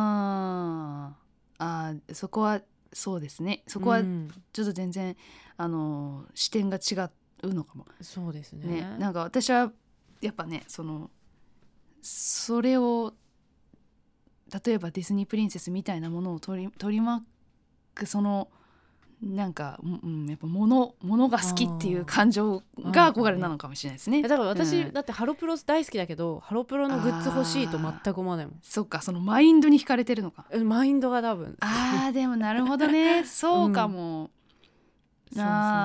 そこはそうですね、そこはちょっと全然、視点が違うのかも。 そうですね。 なんか私はやっぱね、それを例えばディズニープリンセスみたいなものを取り巻くそのなんか、やっぱ物が好きっていう感情が憧れなのかもしれないですね。 だから私、だってハロプロ大好きだけど、ハロプロのグッズ欲しいと全く思わないもん。 そっか、そのマインドに惹かれてるのか。 マインドが多分。 でもなるほどねそうかも、面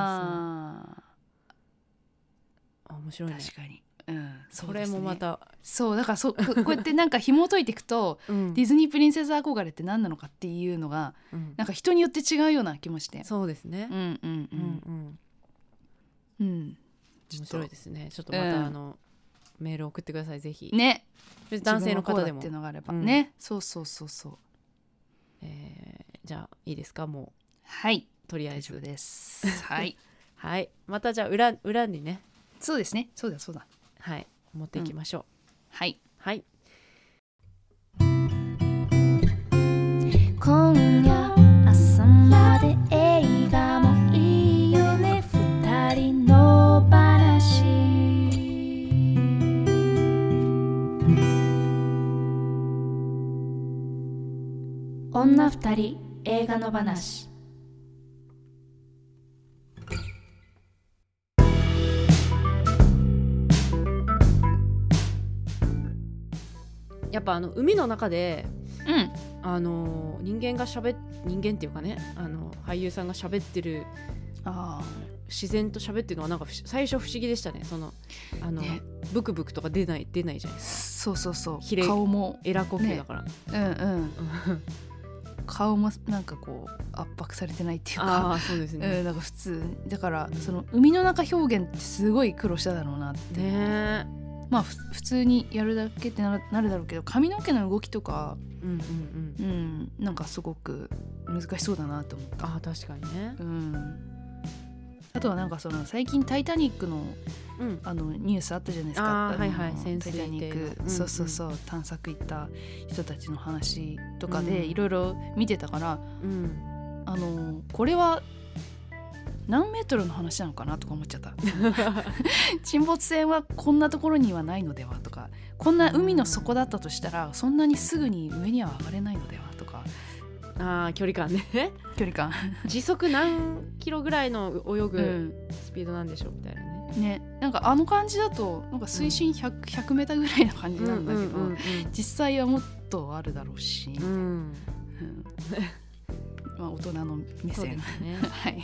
白いね。 確かに、 それもまたそうだからこうやってなんか紐解いていくと、ディズニープリンセス憧れって何なのかっていうのが、なんか人によって違うような気もして。 そうですね。面白いですね。ちょっとまたメール送ってください、ぜひね。 男性の方でもっていうのがあればね、そう、 じゃあいいですか、もう。 はい、 とりあえずですはいはい、またじゃあ裏にね。 そうですね、そうだはい、持っていきましょう。 はいはい。 今夜朝まで映画もいいよね、二人の話。女二人映画の話。 やっぱ海の中で、人間っていうかね、俳優さんが喋ってる、自然と喋ってるのはなんか最初不思議でしたね。ね、ブクブクとか出ないじゃないですか。 そう顔もエラ呼吸だから、ね、 顔もなんかこう圧迫されてないっていうか、 そうですね、 なんか普通だから、その海の中表現ってすごい苦労しただろうなってね。 まあ普通にやるだけってなるだろうけど、髪の毛の動きとか、なんかすごく難しそうだなと思った。 確かにね。 あとはなんか最近タイタニックの、ニュースあったじゃないですか。 潜水艇タイタニック、そう探索行った人たちの話とかでいろいろ見てたから、これは何メートルの話なのかなとか思っちゃった沈没船はこんなところにはないのではとか、こんな海の底だったとしたらそんなにすぐに上には上がれないのではとか、 距離感ね距離感時速何キロぐらいの泳ぐスピードなんでしょうみたいなね。 なんか感じだとなんか水深100メーターぐらいな感じなんだけど、実際はもっとあるだろうし、まあ、大人の目線、 ねはい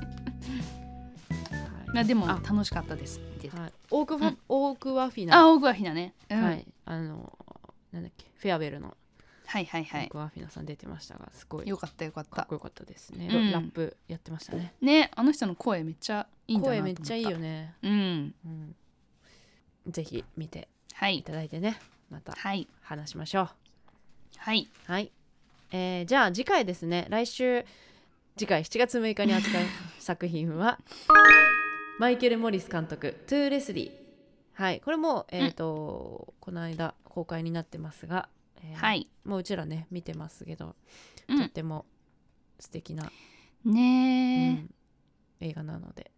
まあ、でも楽しかったです。見てて、 オークワフィナ、 オークワフィナね、 はい、なんだっけ、フェアウェルのオークワフィナさん出てましたが、すごいよかったかっこよかったですね。ラップやってましたね。 あの人の声めっちゃいいんだなと思った。 声めっちゃいいよね。ぜひ見ていただいてね、また話しましょう。 はい、 はい。じゃあ次回ですね、次回7月6日に扱う作品はマイケル・モリス監督トゥーレスリー。はい、これも、この間公開になってますが、 はい、 もううちらね見てますけど、とっても素敵な、 ね映画なので、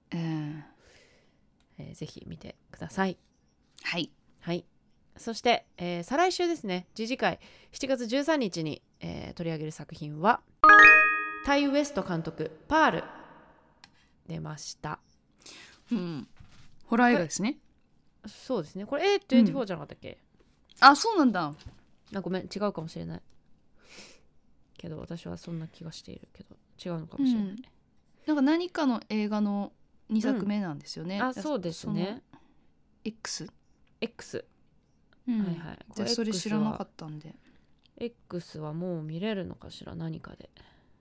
ぜひ見てください。 はい、 はい。そして、再来週ですね、次回7月13日に、取り上げる作品はタイ・ウエスト監督パール出ました。 ホラー映画ですね。 そうですね、これ A24 じゃなかったっけ？ あ、そうなんだ。 ごめん、違うかもしれないけど、私はそんな気がしているけど違うのかもしれない、 なんか何かの映画の2作目なんですよね。 そうですね。 X、 はいはい。 でそれ知らなかったんで。 X はもう見れるのかしら、何かで。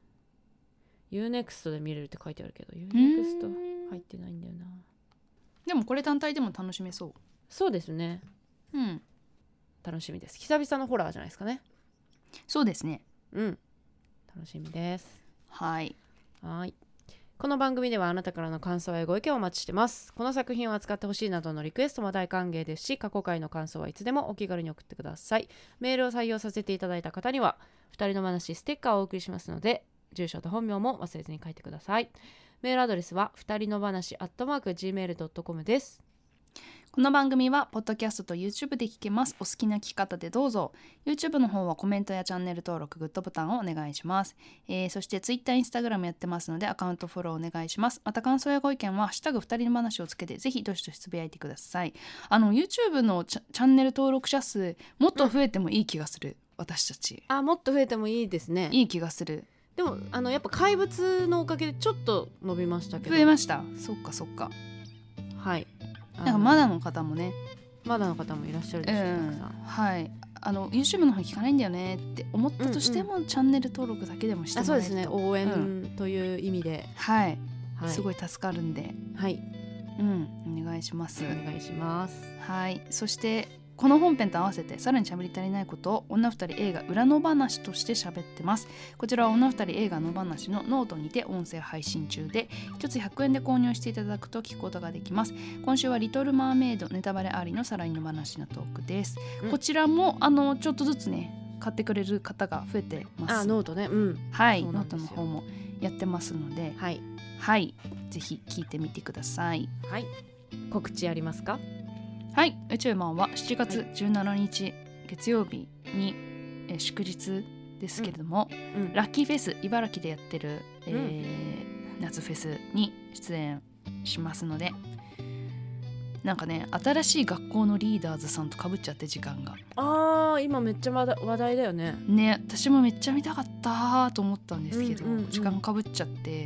UNEXT で見れるって書いてあるけど UNEXT 入ってないんだよな。 でもこれ単体でも楽しめそう。 そうですね。楽しみです。久々のホラーじゃないですかね。 そうですね。 楽しみです。 はい。 この番組ではあなたからの感想やご意見をお待ちしてます。この作品を扱ってほしいなどのリクエストも大歓迎ですし、過去回の感想はいつでもお気軽に送ってください。メールを採用させていただいた方には2人の話ステッカーをお送りしますので、住所と本名も忘れずに書いてください。メールアドレスは2人の話@gmail.com です。 この番組はポッドキャストと YouTube で聞けます。お好きな聞き方でどうぞ。 YouTube の方はコメントやチャンネル登録、グッドボタンをお願いします。そして Twitter、Instagram やってますのでアカウントフォローお願いします。また感想やご意見はハッシュタグ2人の話をつけてぜひどしどしつぶやいてください。YouTube のチャンネル登録者数もっと増えてもいい気がする、私たち。 もっと増えてもいいですね。 いい気がする。 でもやっぱ怪物のおかげでちょっと伸びましたけど。 増えました。そっか。 はい。 なんかまだの方もね、 まだの方もいらっしゃるでしょう、 はい。YouTube の方聞かないんだよねって思ったとしても、チャンネル登録だけでもしてもらえると。 そうですね、応援という意味で、 はい、すごい助かるんで、 はい、 お願いします。 お願いします。 はい。そしてこの本編と合わせてさらに喋り足りないことを女二人映画裏の話として喋ってます。こちらは女二人映画の話のノートにて音声配信中で、一つ100円で購入していただくと聞くことができます。今週はリトルマーメイドネタバレありのさらにの話のトークです。こちらもちょっとずつね買ってくれる方が増えてます。 ノートね、 はい、ノートの方もやってますので、 はい、 ぜひ聞いてみてください。 はい。告知ありますか？ はい、宇宙マンは7月17日月曜日に、祝日ですけれども、ラッキーフェス茨城でやってる、夏フェスに出演しますので、なんかね新しい学校のリーダーズさんとかぶっちゃって時間が今めっちゃ話題だよね。 私もめっちゃ見たかったと思ったんですけど、時間かぶっちゃって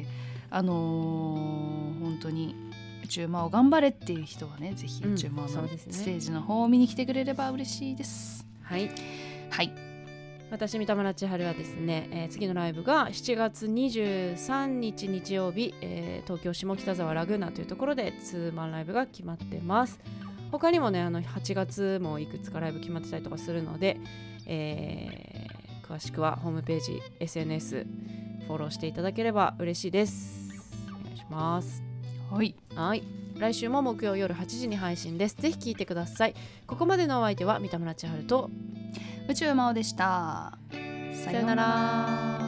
本当に宇宙魔を頑張れっていう人はね、ぜひ宇宙魔のステージの方を見に来てくれれば嬉しいです。 はい。 私三田村千春はですね、次のライブが7月23日日曜日、東京下北沢ラグーナというところでツーマンライブが決まってます。他にもね8月もいくつかライブ決まってたりとかするので、詳しくはホームページ SNS フォローしていただければ嬉しいです。お願いします。 はい。 来週も木曜夜8時に配信です。ぜひ聞いてください。ここまでのお相手は三田村千春と宇宙魔王でした。 さよなら。